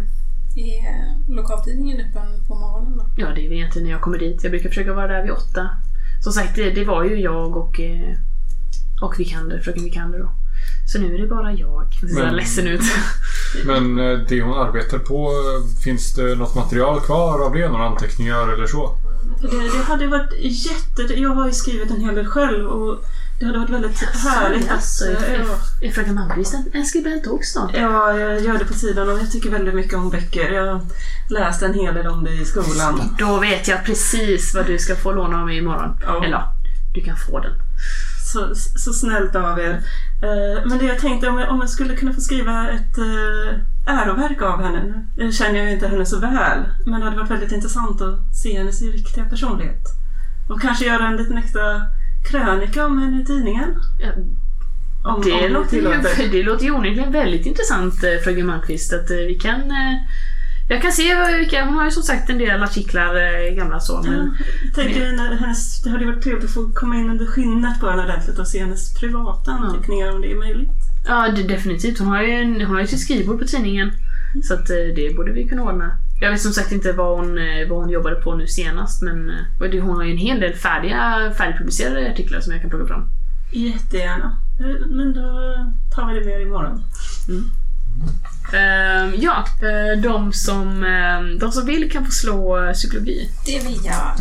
Är lokaltidningen öppen på morgonen då? Ja, det är egentligen när jag kommer dit. Jag brukar försöka vara där vid åtta. Som sagt, det, det var ju jag och, och Vikander, fröken Vikander då. Så nu är det bara jag. Det ser men, ledsen ut. Men det hon arbetar på, finns det något material kvar av det? Några anteckningar eller så? Det, det hade varit jätte... Jag har ju skrivit en hel del själv och det hade varit väldigt härligt. Alltså, är fröken Malmqvist en skribent också? Ja, jag gör det på sidan och jag tycker väldigt mycket om böcker. Jag läste en hel del om det i skolan. Då vet jag precis vad du ska få låna av mig imorgon. Ja. Eller, du kan få den. Så, så snällt av er. Men det jag tänkte, om jag, om jag skulle kunna få skriva ett äroverk av henne. Jag känner ju inte henne så väl. Men det hade varit väldigt intressant att se hennes riktiga personlighet. Och kanske göra en liten extra krönika om henne i tidningen. Ja, om, det, om låter ju, det låter ju onekligen väldigt intressant, fröken Malmqvist, att vi kan... Jag kan se vilka, hon har ju som sagt en del artiklar gamla så. Men, ja, jag tänker när hennes, det hade varit trevligt att få komma in under skinnet på henne ordentligt och se hennes privata anteckningar ja. om det är möjligt. Ja, det, definitivt. Hon har ju, en, hon har ju sitt skrivbord på tidningen. Mm. Så att det borde vi kunna ordna. Jag vet som sagt inte vad hon, vad hon jobbade på nu senast, men hon har ju en hel del färdiga, färdigpublicerade artiklar som jag kan plocka fram. Jättegärna. Men då tar vi det mer imorgon. Mm. Uh, ja, uh, de som uh, de som vill kan få slå uh, psykologi. Det vill jag.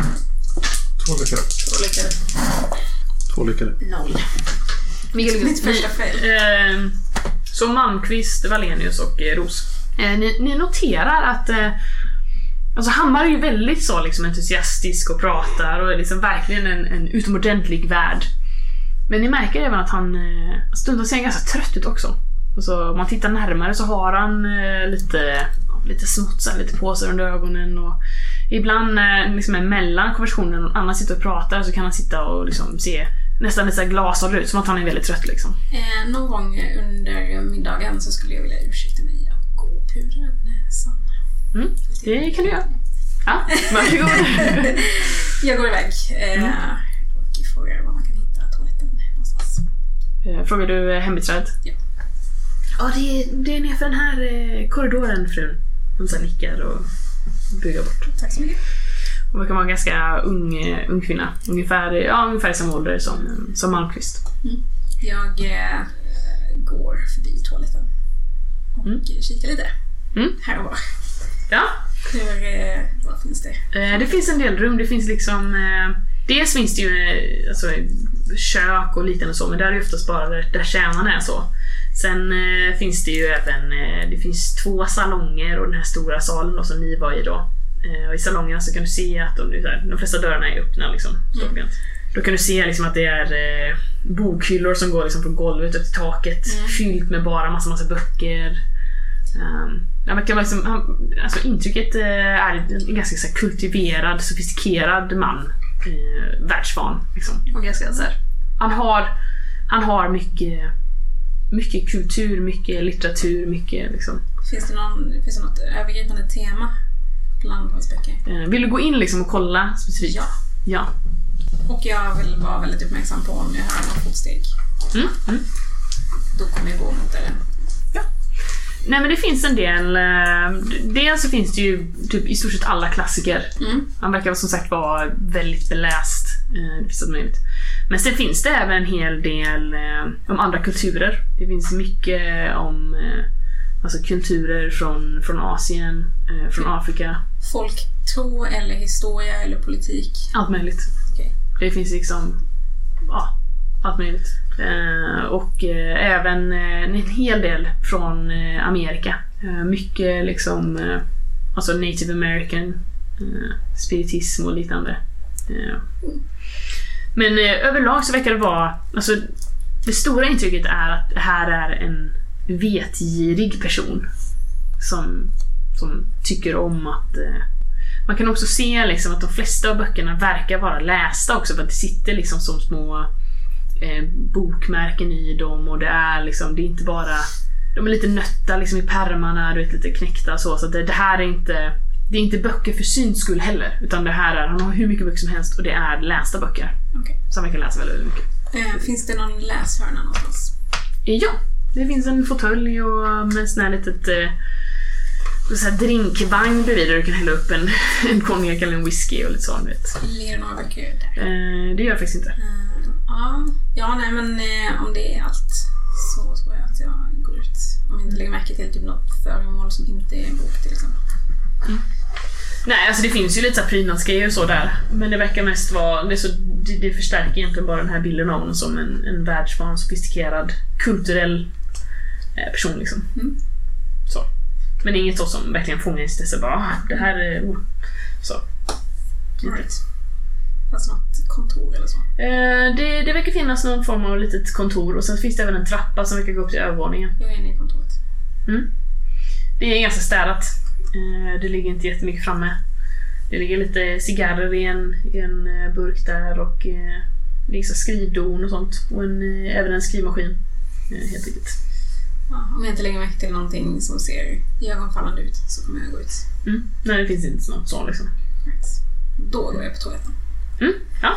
Två lyckade. Två lyckade. Två lyckade. Noll. Mikael, mitt första fel. Uh, så Malmqvist, Wallenius och uh, Ros. Uh, ni, ni noterar att uh, alltså Hammar är ju väldigt så liksom entusiastisk och pratar och är liksom verkligen en, en utomordentlig värd. Men ni märker även att han stundtals ser ganska trött ut också. Alltså, om man tittar närmare så har han lite, lite smutsar, lite påsar under ögonen. Och ibland liksom mellan konversationen och annan sitter och pratar så kan han sitta och liksom se nästan lite glasad ut, som att han är väldigt trött liksom. Eh, någon gång under middagen så skulle jag vilja ursäkta mig att gå och pudra näsan. Mm, det kan du göra. Ja, varsågod. Jag går iväg eh, mm. och frågar var man kan hitta toaletten någonstans. Eh, frågar du hembiträdet? Ja. Ja, det är, det är nerför den här eh, korridoren, frun. Hon så nickar och bygger bort. Tack så mycket. Hon verkar vara en ganska ung, ung kvinna. Ungefär, ja, ungefär samma ålder som, som Malmqvist. Mm. Jag eh, går förbi toaletten och mm. kikar lite. Mm. Här och var. Ja. Hur, eh, vad finns det? Eh, det finns en del rum. Det finns liksom... Eh, dels finns det ju eh, alltså, kök och liknande så, men där är det oftast bara där, där tjänarna är så. Sen eh, finns det ju även... Eh, det finns två salonger och den här stora salen då, som ni var i då. Och i salongerna så kan du se att de, de flesta dörrarna är öppna liksom, mm. Då kan du se liksom att det är eh, bokhyllor som går liksom från golvet upp till taket, mm. fyllt med bara massa massa böcker. Um, ja, man kan liksom, han, alltså, intrycket eh, är en ganska så här, kultiverad, sofistikerad man, eh, världsvan liksom. Och ganska så här. Han har han har mycket mycket kultur, mycket litteratur, mycket liksom. Finns det någon finns det något övergripande tema? Eh, vill du gå in liksom och kolla specifikt? Ja. ja. Och jag vill vara väldigt uppmärksam på om jag hör något fotsteg. Mm. Mm. Då kommer jag gå mot det. Ja. Nej, men det finns en del. Dels så finns det ju typ i stort sett alla klassiker. Mm. Han verkar som sagt vara väldigt beläst. Det finns allt möjligt. Men sen finns det även en hel del om andra kulturer. Det finns mycket om alltså kulturer från, från Asien, eh, från mm. Afrika. Folktro eller historia eller politik? Allt möjligt. Okay. Det finns liksom, ja, allt möjligt. Eh, och eh, även eh, en hel del från eh, Amerika. Eh, mycket liksom, eh, alltså Native American, eh, spiritism och liknande. Eh. Mm. Men eh, överlag så verkar det vara, alltså det stora intrycket är att det här är en vetgirig person som, som tycker om att eh, man kan också se liksom att de flesta av böckerna verkar vara lästa också, för att det sitter liksom som små eh, bokmärken i dem, och det är liksom, det är inte bara, de är lite nötta liksom i pärmarna, du vet, lite knäckta så, så det, det här är inte det är inte böcker för syns skull heller, utan det här är, han har hur mycket böcker som helst och det är lästa böcker. Okay. Så man kan läsa väldigt mycket. Eh, finns det någon läshörna någonstans? Ja, det finns en fåtölj och med sån här litet eh, så här drinkvagn bredvid där du kan hälla upp en, en konjak eller en whisky och lite så, vet. Ligger det några böcker där? Eh, det gör det faktiskt inte. Uh, ja, ja, nej men eh, om det är allt så tror jag att jag går ut. Om jag inte lägger märke till typ något föremål som inte är en bok till exempel. Mm. Nej, alltså det finns ju lite så här prydnadsgrejer och så där, men det verkar mest vara det, så, det, det förstärker egentligen bara den här bilden av honom som en, en världsvan, sofistikerad, kulturell eh, person liksom. Mm. Så. Men det är inget så som verkligen fångar in sig, bara ah, det här är oh. så. Right. Fanns det något kontor eller så? Eh, det, det verkar finnas någon form av litet kontor, och sen finns det även en trappa som verkar gå upp till övervåningen. Jag är inne i kontoret. Mm. Det är ganska städat. Eh, det ligger inte jättemycket framme. Det ligger lite cigarrer i en, i en burk där, och eh, det är så skrivdon och sånt, och en, eh, även en skrivmaskin eh, helt enkelt. Ja, om jag inte lägger märke till någonting som ser ögonfallande ut så kommer jag gå ut. Mm. Nej, det finns inte något så liksom. Right. Då går jag på toaletten. Mm, ja.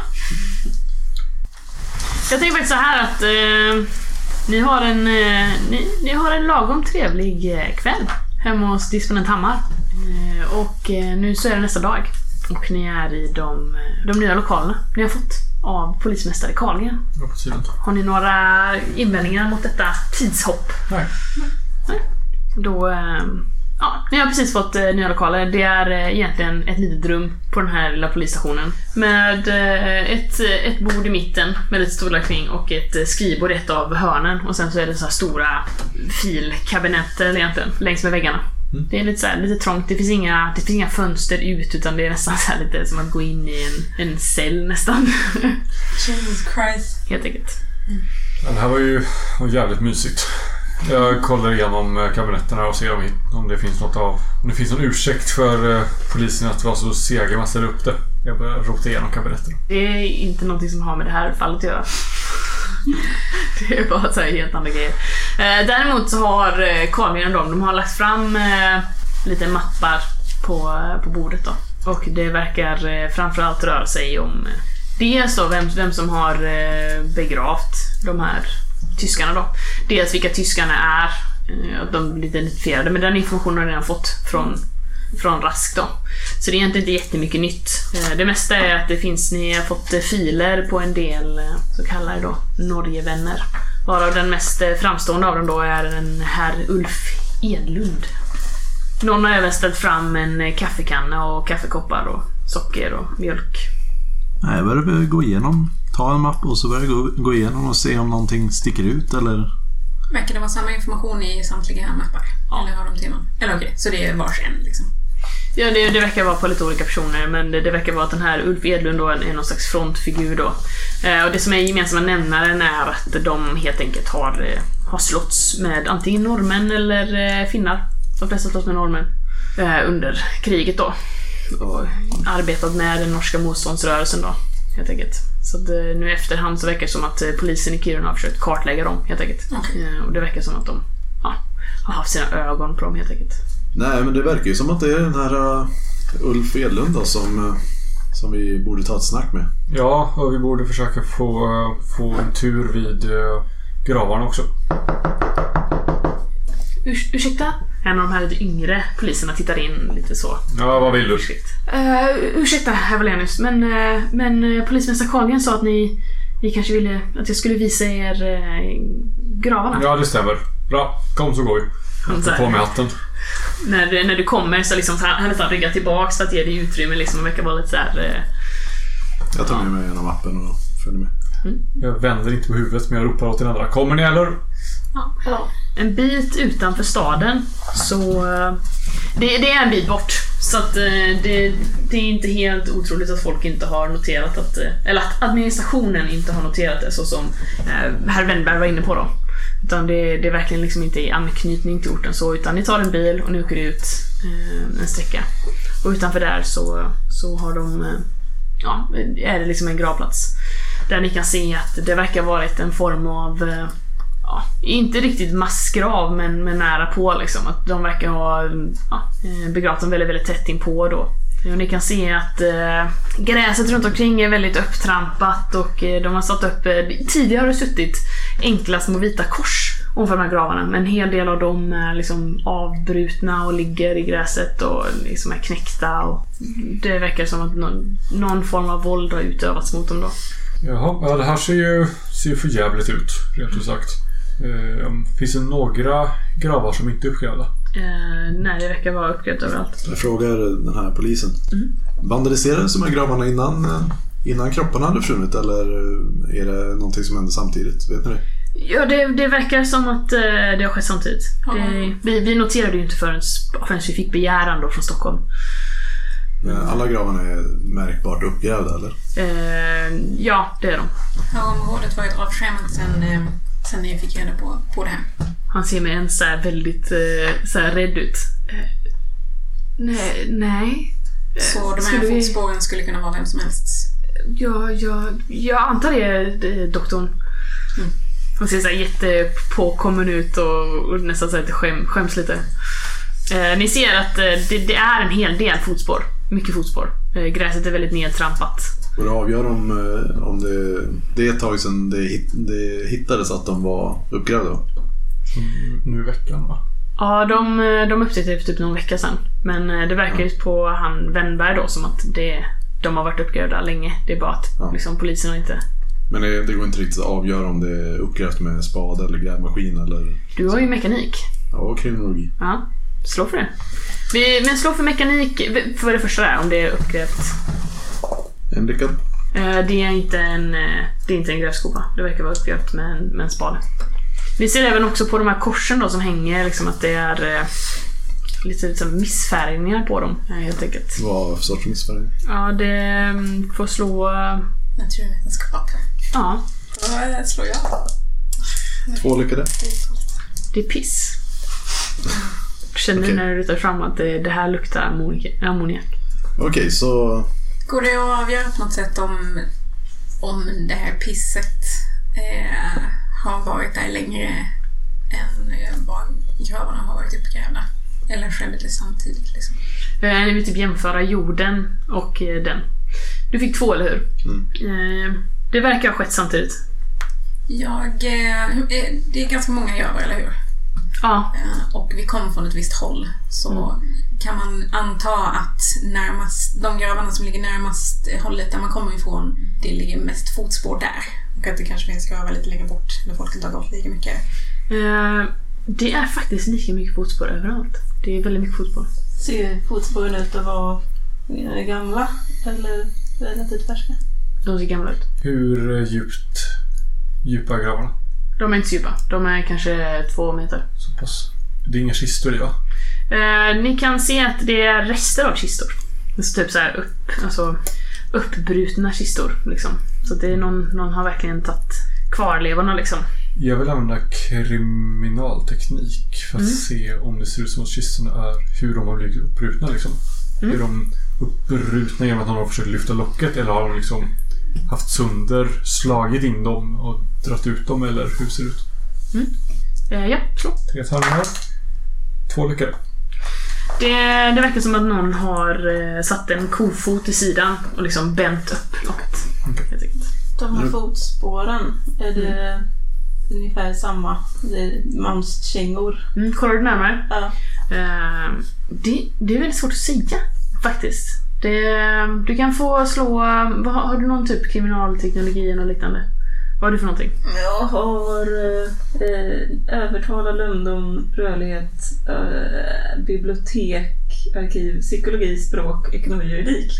Jag tänker faktiskt så här att eh, ni, har en, eh, ni, ni har en lagom trevlig eh, kväll hemma hos disponent Hammar. Eh, och eh, nu så är det nästa dag. Och ni är i de, de nya lokalerna ni har fått av polismästare Karlgren. Ja, har ni några invändningar mot detta tidshopp? Nej. Nej. Då, eh, ja, ni har precis fått eh, nya lokaler. Det är eh, egentligen ett litet rum på den här lilla polisstationen. Med eh, ett, ett bord i mitten med lite stolar kring och ett eh, skrivbord i ett av hörnen. Och sen så är det så här stora filkabinetter egentligen längs med väggarna. Mm. Det är lite, så här, lite trångt, det finns, inga, det finns inga fönster ut, utan det är nästan så här lite som att gå in i en, en cell nästan. Jesus Christ. Helt enkelt. Mm. Det här var ju jävligt mysigt. Jag kollar igenom kabinetterna och ser om, om det finns något av om det finns någon ursäkt för uh, polisen att vara så sega man ställer upp det. Jag börjar rota igenom kabinetterna. Det är inte någonting som har med det här fallet att göra. Det är bara så här helt andra grejer. Eh, däremot så har eh, Carlgren de, de har lagt fram eh, lite mappar på, eh, på bordet då. Och det verkar eh, framförallt röra sig om eh, dels då vem, vem som har eh, begravt de här tyskarna då. Dels vilka tyskarna är. Eh, de blir identifierade, men den informationen har jag redan fått från från Rask då. Så det är egentligen inte jättemycket nytt. Det mesta är att det finns, ni har fått filer på en del så kallade då Norgevänner. Varav den mest framstående av dem då är en herr Ulf Edlund. Någon har även ställt fram en kaffekanna och kaffekoppar och socker och mjölk. Nej, jag börjar gå igenom, ta en mapp och så börjar jag gå, gå igenom och se om någonting sticker ut eller... Verkar det vara samma information i samtliga mappar? Ja. Eller har de teman? Eller okej, okay, så det är vars en liksom. Ja, det, det verkar vara på lite olika personer, men det, det verkar vara att den här Ulf Edlund då är någon slags frontfigur då. Eh, och det som är gemensamma nämnaren är att de helt enkelt har, eh, har slåtts med antingen norrmän eller eh, finnar. De flesta slåtts med norrmän eh, under kriget då. Och arbetat med den norska motståndsrörelsen då, helt enkelt. Så att, eh, nu efterhand så verkar det som att eh, polisen i Kiruna har försökt kartlägga dem, helt enkelt. Okay. Eh, och det verkar som att de ja, har haft sina ögon på dem, helt enkelt. Nej, men det verkar ju som att det är den här uh, Ulf Edlund då, som, uh, som vi borde ta ett snack med. Ja, och vi borde försöka få, uh, få en tur vid uh, gravarna också. Urs- ursäkta? En av de här lite yngre poliserna tittar in lite så. Ja, vad vill du? Uh, ursäkta, herr Valenius, men, uh, men uh, polismästare Carlgren sa att ni, ni kanske ville att jag skulle visa er uh, gravarna. Ja, det stämmer. Bra, kom så går vi. Jag tar på med hatten. När du, när du kommer så liksom så här, han nästan ryggar tillbaks för att ge dig utrymme liksom, och verkar vara lite så här. Uh, jag tar med mig genom appen och följer med. Mm. Jag vänder inte på huvudet, men jag ropar åt den andra. Kommer ni eller? Ja, ja. En bit utanför staden så det, det är en bit bort, så att det, det är inte helt otroligt att folk inte har noterat att, eller att administrationen inte har noterat det, så som herr Wennberg var inne på då. Utan det, det är verkligen liksom inte i anknytning till orten så, utan ni tar en bil och ni åker ut en sträcka, och utanför där så, så har de ja, är det liksom en gravplats där ni kan se att det verkar varit en form av ja, inte riktigt massgrav, men, men nära på liksom, att de verkar ha ja, begravt dem väldigt, väldigt tätt inpå då. Och ni kan se att eh, gräset runt omkring är väldigt upptrampat, och eh, de har satt upp eh, tidigare har det suttit enkla små vita kors ovanför de här gravarna, men en hel del av dem är liksom avbrutna och ligger i gräset och liksom är knäckta, och det verkar som att någon, någon form av våld har utövats mot dem då. Jaha, ja, det här ser ju, ser ju för jävligt ut, rent ut sagt. Eh, finns det några gravar som inte är uppgrävda? Eh, nej, det verkar vara uppgrävt överallt. Jag frågar den här polisen. Mm. Vandaliserades de här gravarna innan, innan kropparna hade försvunnit, eller är det någonting som hände samtidigt? Vet ni det? Ja, det, det verkar som att eh, det har skett samtidigt. Mm. Det, vi, vi noterade ju inte förrän, förrän vi fick begäran då från Stockholm. Alla gravarna är märkbart uppgrävda, eller? Eh, ja, det är de. Har området varit avskärmat sen, eh, sen ni fick reda på, på det här? Han ser mig en så här väldigt eh, så här rädd ut. Eh, nej, nej. Så de här skulle fotspåren vi... skulle kunna vara vem som helst? Ja, ja jag antar det, det doktorn. Mm. Han ser så här jättepåkommen ut och, och nästan så här lite skäm, skäms lite. Eh, ni ser att eh, det, det är en hel del fotspår. Mycket fotspår. Eh, gräset är väldigt nedtrampat. Och det avgör om, om det, det är ett tag sedan det, det hittades att de var uppgrävda? Mm, nu i veckan, va? Ja, de, de upptäckte det för typ någon vecka sedan. Men det verkar ju ja. på han Wennberg då som att det, de har varit uppgrävda länge. Det är bara att ja. liksom, polisen har inte... Men det, det går inte riktigt att avgöra om det är uppgrävt med spade eller grävmaskin eller... Du har ju mekanik. Ja, och kriminologi. Ja, slå för det. Vi, men slå för mekanik för det första där, om det är uppgrävt. En lyckad. Det är inte en, det är inte en grävskopa. Det verkar vara uppgrävt med en, med en spade. Vi ser även också på de här korsen då som hänger liksom att det är eh, lite liksom missfärgningar på dem helt enkelt. Vad för sorts missfärgning? Ja, det får slå... Naturvetenskap. Ja. Vad slår jag? Två lyckade. Det är piss. Känner okay. När du tar fram att det, det här luktar ammoniak. Okej, okay, så... Går det att avgöra på något sätt om, om det här pisset eh, har varit där längre än vad gravarna har varit uppgrävda? Eller skedde det samtidigt? Liksom? Eh, ni vill typ jämföra jorden och eh, den. Du fick två, eller hur? Mm. Eh, det verkar ha skett samtidigt. Jag... Eh, det är ganska många gravar, eller hur? Ja. Och vi kom från ett visst håll, så mm. kan man anta att närmast, de gravarna som ligger närmast hållet där man kommer ifrån, det ligger mest fotspår där. Och att det kanske finns gravar lite längre bort när folk inte har gått lika mycket. Uh, det är faktiskt lika mycket fotspår överallt. Det är väldigt mycket fotspår. Ser fotspåren ut att vara gamla eller relativt färska? De ser gamla ut. Hur djupt djupa gravarna? De är inte så djupa. De är kanske två meter. Så pass. Det är inga kistor i, va? Eh, ni kan se att det är rester av kistor. Så typ så här upp, alltså uppbrutna kistor liksom. Så det är någon, någon har verkligen tagit kvarlevorna liksom. Jag vill använda kriminalteknik för att mm. se om det ser ut som att kistorna är, hur de har blivit uppbrutna liksom. Mm. Är de uppbrutna genom att någon har försökt lyfta locket, eller har de liksom haft sönder, slagit in dem och dratt ut dem, eller hur ser det ut? Mm. Eh, ja, så. Tre tärningar. Två lyckade. Det, det verkar som att någon har eh, satt en kofot i sidan och liksom bänt upp locket. Okay. De här fotspåren, är det mm. ungefär samma? Det är manskängor. Mm, kollar du närmare? Ja. Eh, det, det är väldigt svårt att säga, faktiskt. Det, du kan få slå... Vad, har du någon typ kriminalteknologi eller liknande? Vad har du för någonting? Jag har eh, övertala, lundom, rörlighet, eh, bibliotek, arkiv, psykologi, språk, ekonomi och juridik.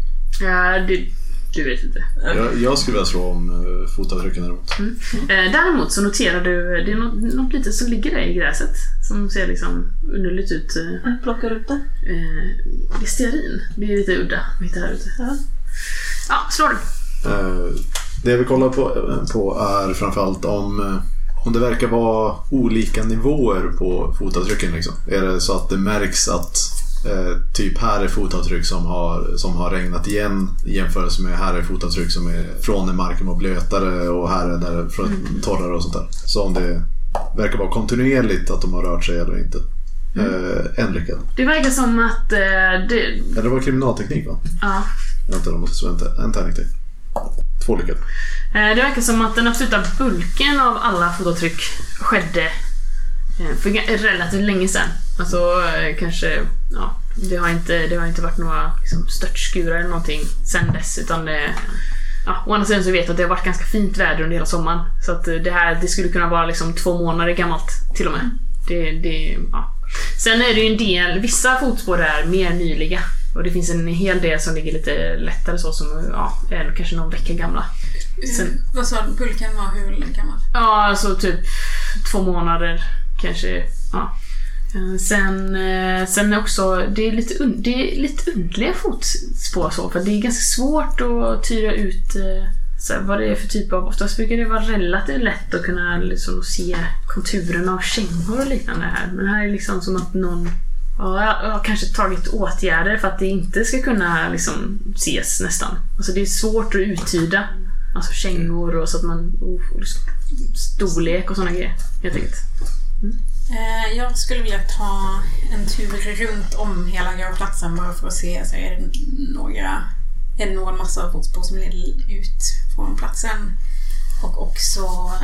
Ja, du, du vet inte. Jag, jag skulle vilja slå om eh, fotavtrycken däremot. Mm. Eh, däremot så noterar du, det är något, något litet som ligger där i gräset som ser liksom underligt ut. Eh, jag plockar upp det. Eh, det är stearin. Det är lite udda. Mitt här ute. Ja, ja, slår du. Eh, det vi kollar på, på är framförallt om, om det verkar vara olika nivåer på fotavtrycken liksom. Är det så att det märks att eh, typ här är fotavtryck som har, som har regnat igen i jämförelse med här är fotavtryck som är från när marken var blötare och här är där från mm. torrare och sånt där. Så om det verkar vara kontinuerligt att de har rört sig eller inte. Mm. Eh, en lyckad. Det verkar som att eh, det... Ja, det var kriminalteknik, va? Ja. Vänta, de måste slå en, en tärning till. Två lyckad. Eh, det verkar som att den absoluta bulken av alla fotavtryck skedde eh, för relativt länge sedan. Alltså eh, kanske, ja, det har inte, det har inte varit några liksom, störtskurar eller någonting sedan dess, utan det, ja, å andra sidan så vet jag att det har varit ganska fint väder under hela sommaren. Så att det här, det skulle kunna vara liksom två månader gammalt till och med. Det, det, ja. Sen är det ju en del, vissa fotspår är mer nyliga. Och det finns en hel del som ligger lite lättare så, som ja, är kanske någon vecka gamla. Sen, mm, vad sa du? Bulken var hur gammal? Ja, alltså typ två månader kanske. Ja. Sen, sen också, det är lite, un, det är lite underliga fotspår så, för det är ganska svårt att tyra ut så här, vad det är för typ av. Oftast brukar det vara relativt lätt att kunna liksom se konturerna av kängor och liknande här. Men här är det liksom som att någon ja, jag har kanske tagit åtgärder för att det inte ska kunna liksom ses nästan. Alltså det är svårt att uttyda alltså kängor och så att man och, och storlek och såna grejer helt enkelt. Mm. Jag skulle vilja ta en tur runt om hela gravplatsen bara för att se så är det några är det någon massa av fotspår som leder ut från platsen, och också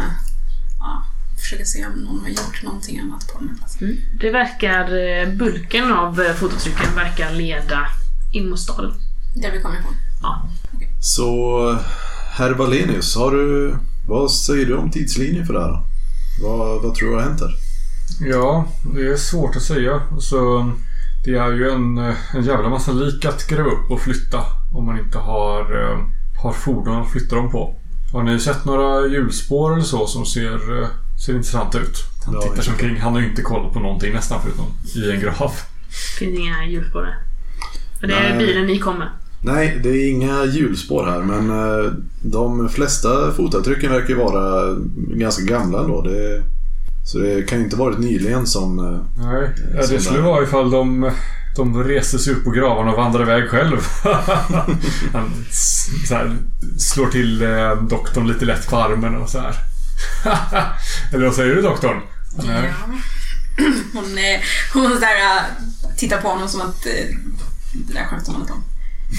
ja, försöka se om någon har gjort någonting annat på den här platsen. Mm. Det verkar, bulken av fototrycken verkar leda in mot staden. Där vi kommer ifrån. Ja. Okay. Så herr Valenius, har du, vad säger du om tidslinjen för det här? Vad, vad tror du har hänt här? Ja, det är svårt att säga. Så det är ju en, en jävla massa lik att gräva upp och flytta om man inte har, har fordon att flytta dem på. Har ni sett några hjulspår eller så som ser, ser intressant ut? Han tittar sig omkring. Han har ju inte koll på någonting nästan förutom i en grav. Det finns inga hjulspår där. För det är Nej. bilen ni kommer. Nej, det är inga hjulspår här, men de flesta fotavtrycken verkar vara ganska gamla ändå. Det, så det kan inte varit nyligen som... Nej, ja, det skulle där. vara ifall de, de reste sig upp på gravarna och vandrade iväg själv. Han så här, slår till eh, doktorn lite lätt på armen och så här. Eller vad säger du, doktorn? Ja. Hon, hon så där, uh, tittar på honom som att uh, det där skönt som man om.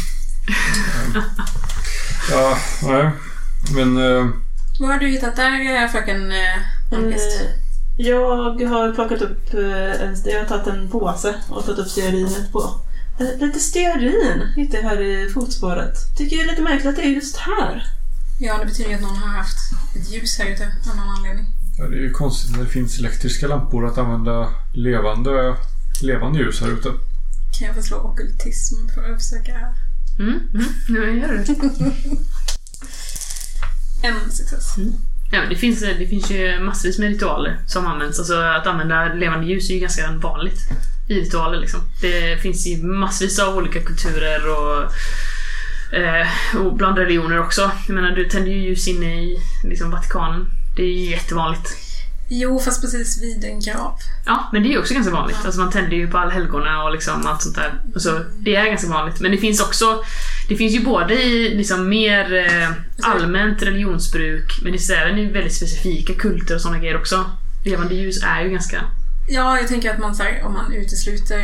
Ja, nej. Men... Uh... Vad har du hittat där, fröken Holmqvist? Mm, jag har plockat upp en, jag har tagit en påse och tagit upp stearinet på. Lite stearin hittar jag här i fotspåret. Tycker jag är lite märkligt att det är just här. Ja, det betyder att någon har haft ett ljus här ute av någon anledning. Ja, det är ju konstigt när det finns elektriska lampor att använda levande, levande ljus här ute. Kan jag få slå ockultism för att försöka... Mm, mm, nu gör det. En success. Mm. Ja, men det, finns, det finns ju massvis med ritualer som används. Alltså att använda levande ljus är ju ganska vanligt i ritualer liksom. Det finns ju massvis av olika kulturer och, eh, och bland religioner också. Jag menar, du tänder ju ljus inne i liksom, Vatikanen. Det är ju jättevanligt. Jo, fast precis vid en grav. Ja, men det är ju också ganska vanligt. Alltså man tänder ju på allhelgona och liksom allt sånt där. Alltså, det är ganska vanligt. Men det finns också, det finns ju både i liksom mer eh, allmänt religionsbruk, men det är även i väldigt specifika kulter och sådana grejer också. Levande ljus är ju ganska... Ja, jag tänker att man så här, om man utesluter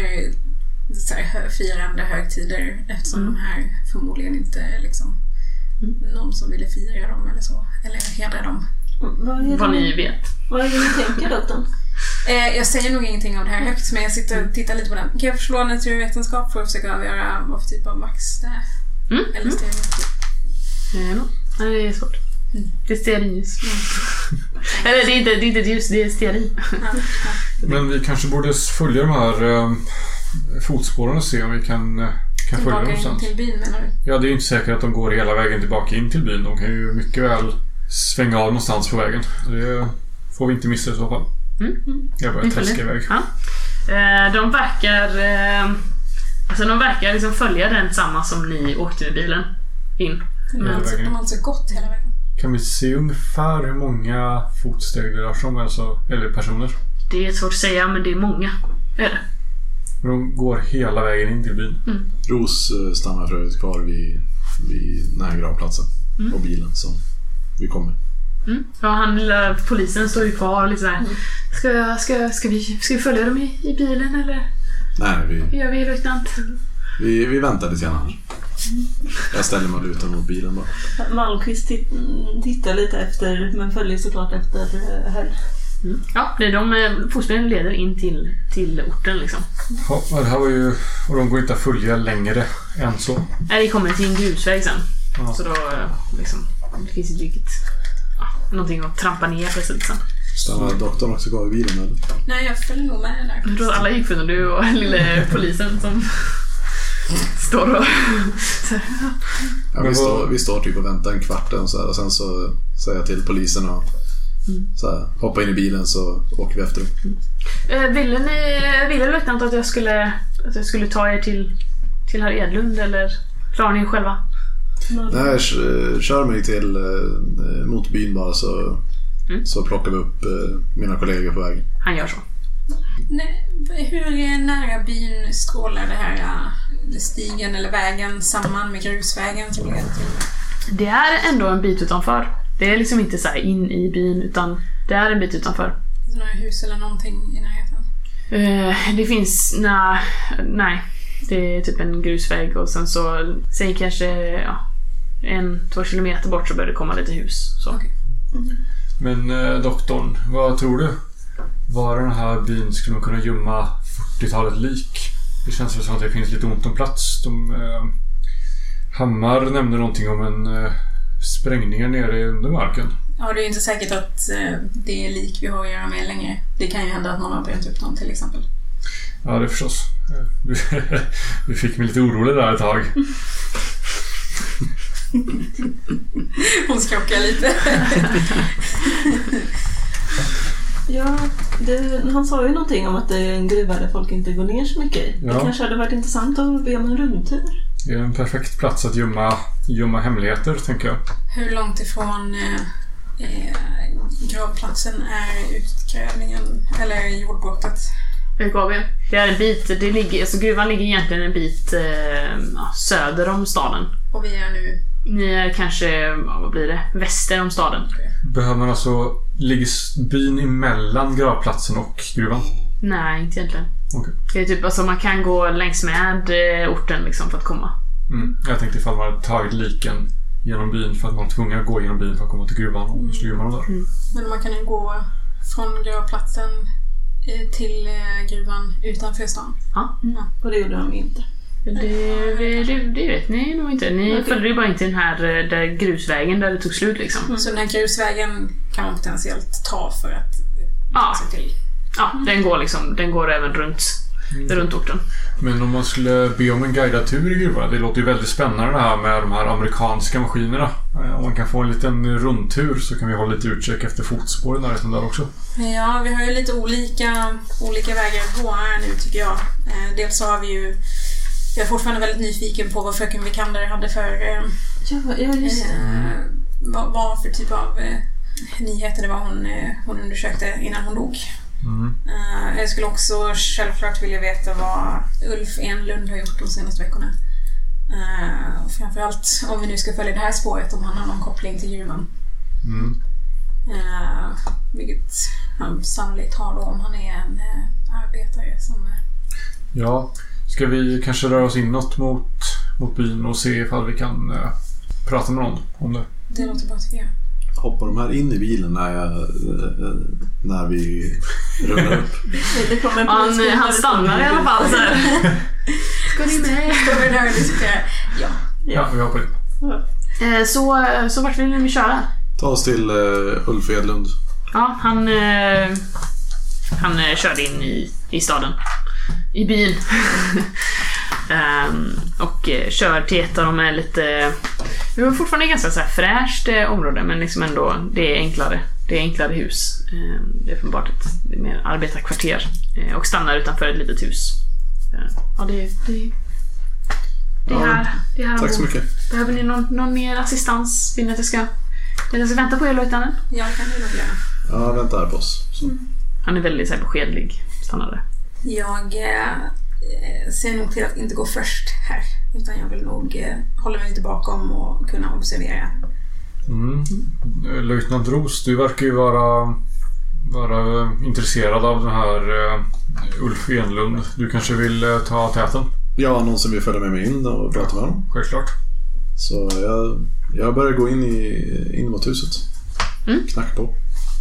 så här, firande högtider, eftersom mm. de här förmodligen inte liksom mm. någon som ville fira dem eller så, eller hedra dem. Vad, Vad ni vet. Vad är det ni tänker, doktorn? Eh, jag säger nog ingenting av det här högt, men jag sitter och tittar lite på den. Kan jag förslå naturvetenskap för att försöka avgöra vad för typ av vax det är? Mm. Eller mm. stearin? Ja, det är svårt. Mm. Det är stearinljus. Mm. Eller det är inte, det är inte ljus, det är stearin. Ja, ja. Men vi kanske borde följa de här eh, fotspåren och se om vi kan, kan följa dem någonstans. Till byn, menar du? Ja, det är inte säkert att de går hela vägen tillbaka in till byn. De kan ju mycket väl svänga av någonstans på vägen. Det får vi inte missa i så fall. Mm. Jag börjar träska iväg. Ja. De verkar alltså de verkar liksom följa den samma som ni åkte med bilen in. Men alltså, de har alltså gått hela vägen. Kan vi se ungefär hur många fotsteg det rör sig om, alltså, eller personer? Det är svårt att säga, men det är många. Är det? De går hela vägen in till byn. Mm. Ros stannar för övrigt kvar vid, vid den här gravplatsen mm. och bilen som vi kommer. Mm. Ja, han, polisen står ju kvar lite sådär. Mm. Ska, jag, ska, ska, vi, ska vi följa dem i, i bilen eller? Nej, vi... Gör vi löjtnant? Vi, vi väntar lite grann här. Jag ställer mig lutan mot bilen bara. Malmqvist titt, tittar lite efter, men följer såklart efter här. Mm. Ja, det är de fotspelen leder in till, till orten liksom. Ja, det här var ju... Och de går inte att följa längre än så. Nej, det kommer till en grusväg sen. Ja. Så då liksom, det finns ju riktigt ja, någonting att trampa ner precis sen. Stannar doktorn också kvar i bilen eller? Nej, jag följer nog med där. Då alla gick för du och lille polisen som står och så här, ja. Ja, vi, står, vi står typ och väntar en kvart och, så här, och sen så säger jag till polisen och mm. så här, hoppa in i bilen så åker vi efter dem. Mm. Eh, ville ni, ville löjtnant att jag skulle att jag skulle ta er till till herr Edlund eller klarar ni själva? Mm. Nej, kör mig till eh, mot byn bara så mm. så plockar vi upp eh, mina kollegor på vägen. Han gör så. Nej, hur nära byn strålar det här stigen eller vägen samman med grusvägen som leder till? Det är ändå en bit utanför. Det är liksom inte så här in i byn utan det är en bit utanför. Finns det några hus eller någonting i närheten? Uh, det finns nej, nej. Det är typ en grusväg och sen så sen kanske ja, en, två kilometer bort så börjar det komma lite hus. Så. Okay. Mm. Men eh, doktorn, vad tror du? Var den här byn skulle man kunna gömma fyrtiotalet lik? Det känns väl som att det finns lite ont om plats. De, eh, Hammar nämnde någonting om en eh, sprängningar nere under marken. Ja, det är ju inte säkert att eh, det är lik vi har att göra med längre. Det kan ju hända att någon har bränt upp dem till exempel. Ja, det är förstås. Du, du fick mig lite orolig där ett tag. Hon skrockar lite. Ja, det, han sa ju någonting om att det är en gruva där folk inte går ner så mycket. Ja. Det kanske hade varit intressant att be om en rundtur. Det är en perfekt plats att gömma, gömma hemligheter, tänker jag. Hur långt ifrån eh, gravplatsen är utgrävningen eller jordbrottet? L K A B. Det är en bit, det ligger, alltså gruvan ligger egentligen en bit eh, ja, söder om staden. Och vi är nu... Ni är kanske, ja, vad blir det, väster om staden. Behöver man alltså, ligger byn emellan gravplatsen och gruvan? Nej, inte egentligen. Okay. Det är typ, alltså man kan gå längs med eh, orten liksom för att komma. Mm. Jag tänkte ifall man hade tagit liken genom byn för att man var tvungen att gå genom byn för att komma till gruvan och mm. så man där. Mm. Men man kan ju gå från gravplatsen till gruvan utanför stan. Ja, mm. och det gjorde de inte. Det, det, det, det vet ni nog inte. Ni okay. följde ju bara inte den här där grusvägen där det tog slut liksom. Mm. Så den här grusvägen kan man potentiellt ta för att ja. se till. Ja, mm. den går liksom, den går även runt mm. runt orten. Men om man skulle be om en guidad tur i gruvan, det låter ju väldigt spännande det här med de här amerikanska maskinerna. Om man kan få en liten rundtur så kan vi hålla lite utkik efter fotspår i närheten där också. Ja, vi har ju lite olika, olika vägar att gå här nu tycker jag. Eh, dels så har vi ju, jag är fortfarande väldigt nyfiken på vad fröken Vikander hade för eh, ja, ja, just eh, vad, vad för typ av eh, nyheter det var hon, eh, hon undersökte innan hon dog. Mm. Uh, jag skulle också självklart vilja veta vad Ulf Enlund har gjort de senaste veckorna. Uh, framförallt om vi nu ska följa det här spåret, om han har någon koppling till gruvan. Mm. Uh, vilket han sannolikt har då om han är en uh, arbetare som... Uh... Ja, ska vi kanske röra oss inåt mot, mot byn och se ifall vi kan uh, prata med någon om det? Det låter bra tycker jag. Hoppar de här in i bilen när, jag, när vi rullar upp? Det kommer han, han stannar i alla fall så här. Ska ni med? Ska vi där och diskutera? Ja. Ja, vi hoppar in. Ja. Så, så vart vill ni köra? Ta oss till uh, Ulf Edlund. Ja, han, uh, han uh, körde in i, i staden. I byn. um, och uh, kör till ett av de är lite... Det var fortfarande ganska så här fräscht eh, område, men liksom ändå, det är enklare. Det är enklare hus. Eh, det är uppenbart ett det är mer arbetarkvarter. Eh, och stannar utanför ett litet hus. Eh, ja, det, det, det är ja, här. Det är här. Tack så mycket. Behöver ni någon, någon mer assistans? Vill ni att jag ska, jag ska vänta på er, löjtnanten? Ja, kan du nog göra. Ja, vänta här på oss. Så. Mm. Han är väldigt så här beskedlig. Stannade. Jag eh, ser nog till att inte gå först här. Utan jag vill nog eh, hålla mig lite bakom och kunna observera. Mm. Löjtnant Ros, du verkar ju vara, vara intresserad av den här uh, Ulf Enlund. Du kanske vill uh, ta täten? Ja, någon som vill följa med mig in och prata med honom. Självklart. Så jag, jag börjar gå in, i, in mot huset. Mm. Knack på.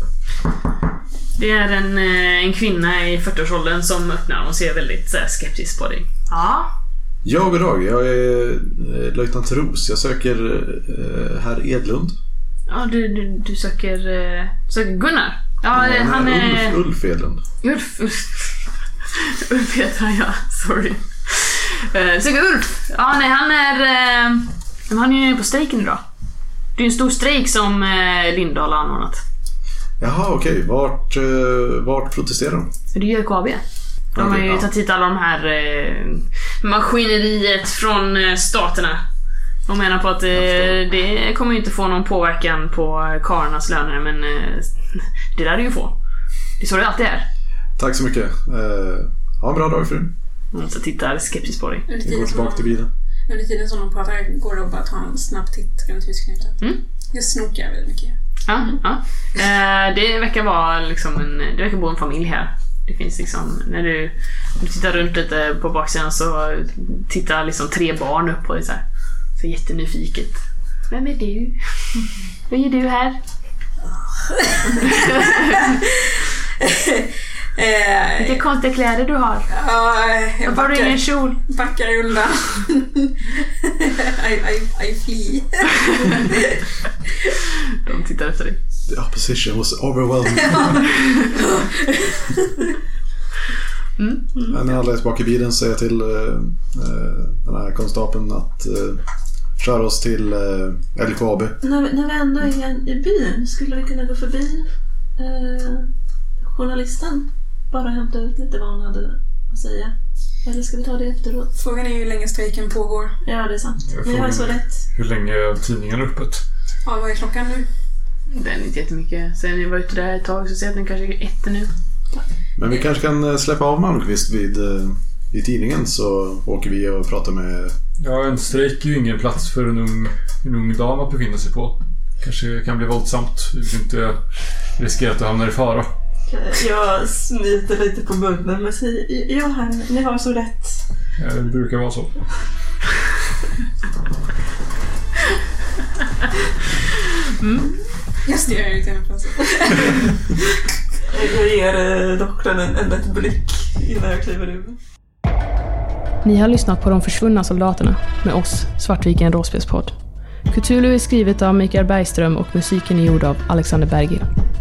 Det är en, en kvinna i fyrtioårsåldern som öppnar och ser väldigt så här, skeptisk på dig. Ja. Ja, god dag. Jag är eh, löjtnant Ros. Jag söker eh, herr Edlund. Ja, du, du, du söker, eh, söker Gunnar. Ja, ja han är... Ulf, Ulf Edlund. Ulf, Ulf. Ulf heter han, ja. Sorry. Uh, söker Ulf. Ja, nej, han är... Uh, han är ju på strejken idag. Det är en stor strejk som uh, Lindahl har anordnat. Jaha, okej. Okay. Vart, uh, vart protesterar de? Det är L K A B. De okay, har ju ja. tagit hit alla de här eh, maskineriet från eh, staterna. De menar på att eh, det kommer inte få någon påverkan på karlarnas löner, men eh, det där är ju få. Det är så det alltid är. Tack så mycket. Eh, ha en bra dag, fru. Hon så tittar skeptiskt på dig. Vi går tillbaka till bilen. Under tiden som de pratar går det att bara ta en snabb titt runt husknuten. Mm. Jag snokar väldigt mycket. Ja, ja. Eh, det verkar vara liksom en, det verkar bo en familj här. Det finns liksom, när du, du tittar runt lite på baksidan så tittar liksom tre barn upp på dig så här. Så jättenyfiket. Vem är du? Vad gör du här? Vilka konstiga kläder du har. Ja, jag backar, har du ingen kjol? Backar undan. I, I, I flee. De tittar efter dig. The opposition was overwhelming. mm. Mm. När alla är tillbaka i bilen säger jag till uh, den här konstapeln att uh, köra oss till uh, L K A B. När, när vi ändå är i byn skulle vi kunna gå förbi uh, journalisten. Bara hämta ut lite vad hon hade att säga. Eller ska vi ta det efteråt? Frågan är ju hur länge strejken pågår. Ja, det är sant. Ni har så rätt. Hur länge är tidningen öppet? Ja, vad är klockan nu? Den är inte jättemycket. Sen ni var ute där ett tag så ser jag att den kanske är ett nu. Men vi kanske kan släppa av Malmqvist vid, vid tidningen så åker vi och pratar med... Ja, en strejk är ju ingen plats för en ung, en ung dam att befinna sig på. Kanske kan bli våldsamt. Vi vill inte riskera att du hamnar i fara. Jag smiter lite på munnen men säger, ja, han, ni har så rätt. Ja, det brukar vara så. Mm. Just det, jag är lite på sig. Jag ger doktorn en, en lätt blick innan jag kliver ur. Ni har lyssnat på De försvunna soldaterna med oss, Svartviken rollspelspodd. Cthulhu är skrivet av Mikael Bergström och musiken är gjord av Alexander Bergil.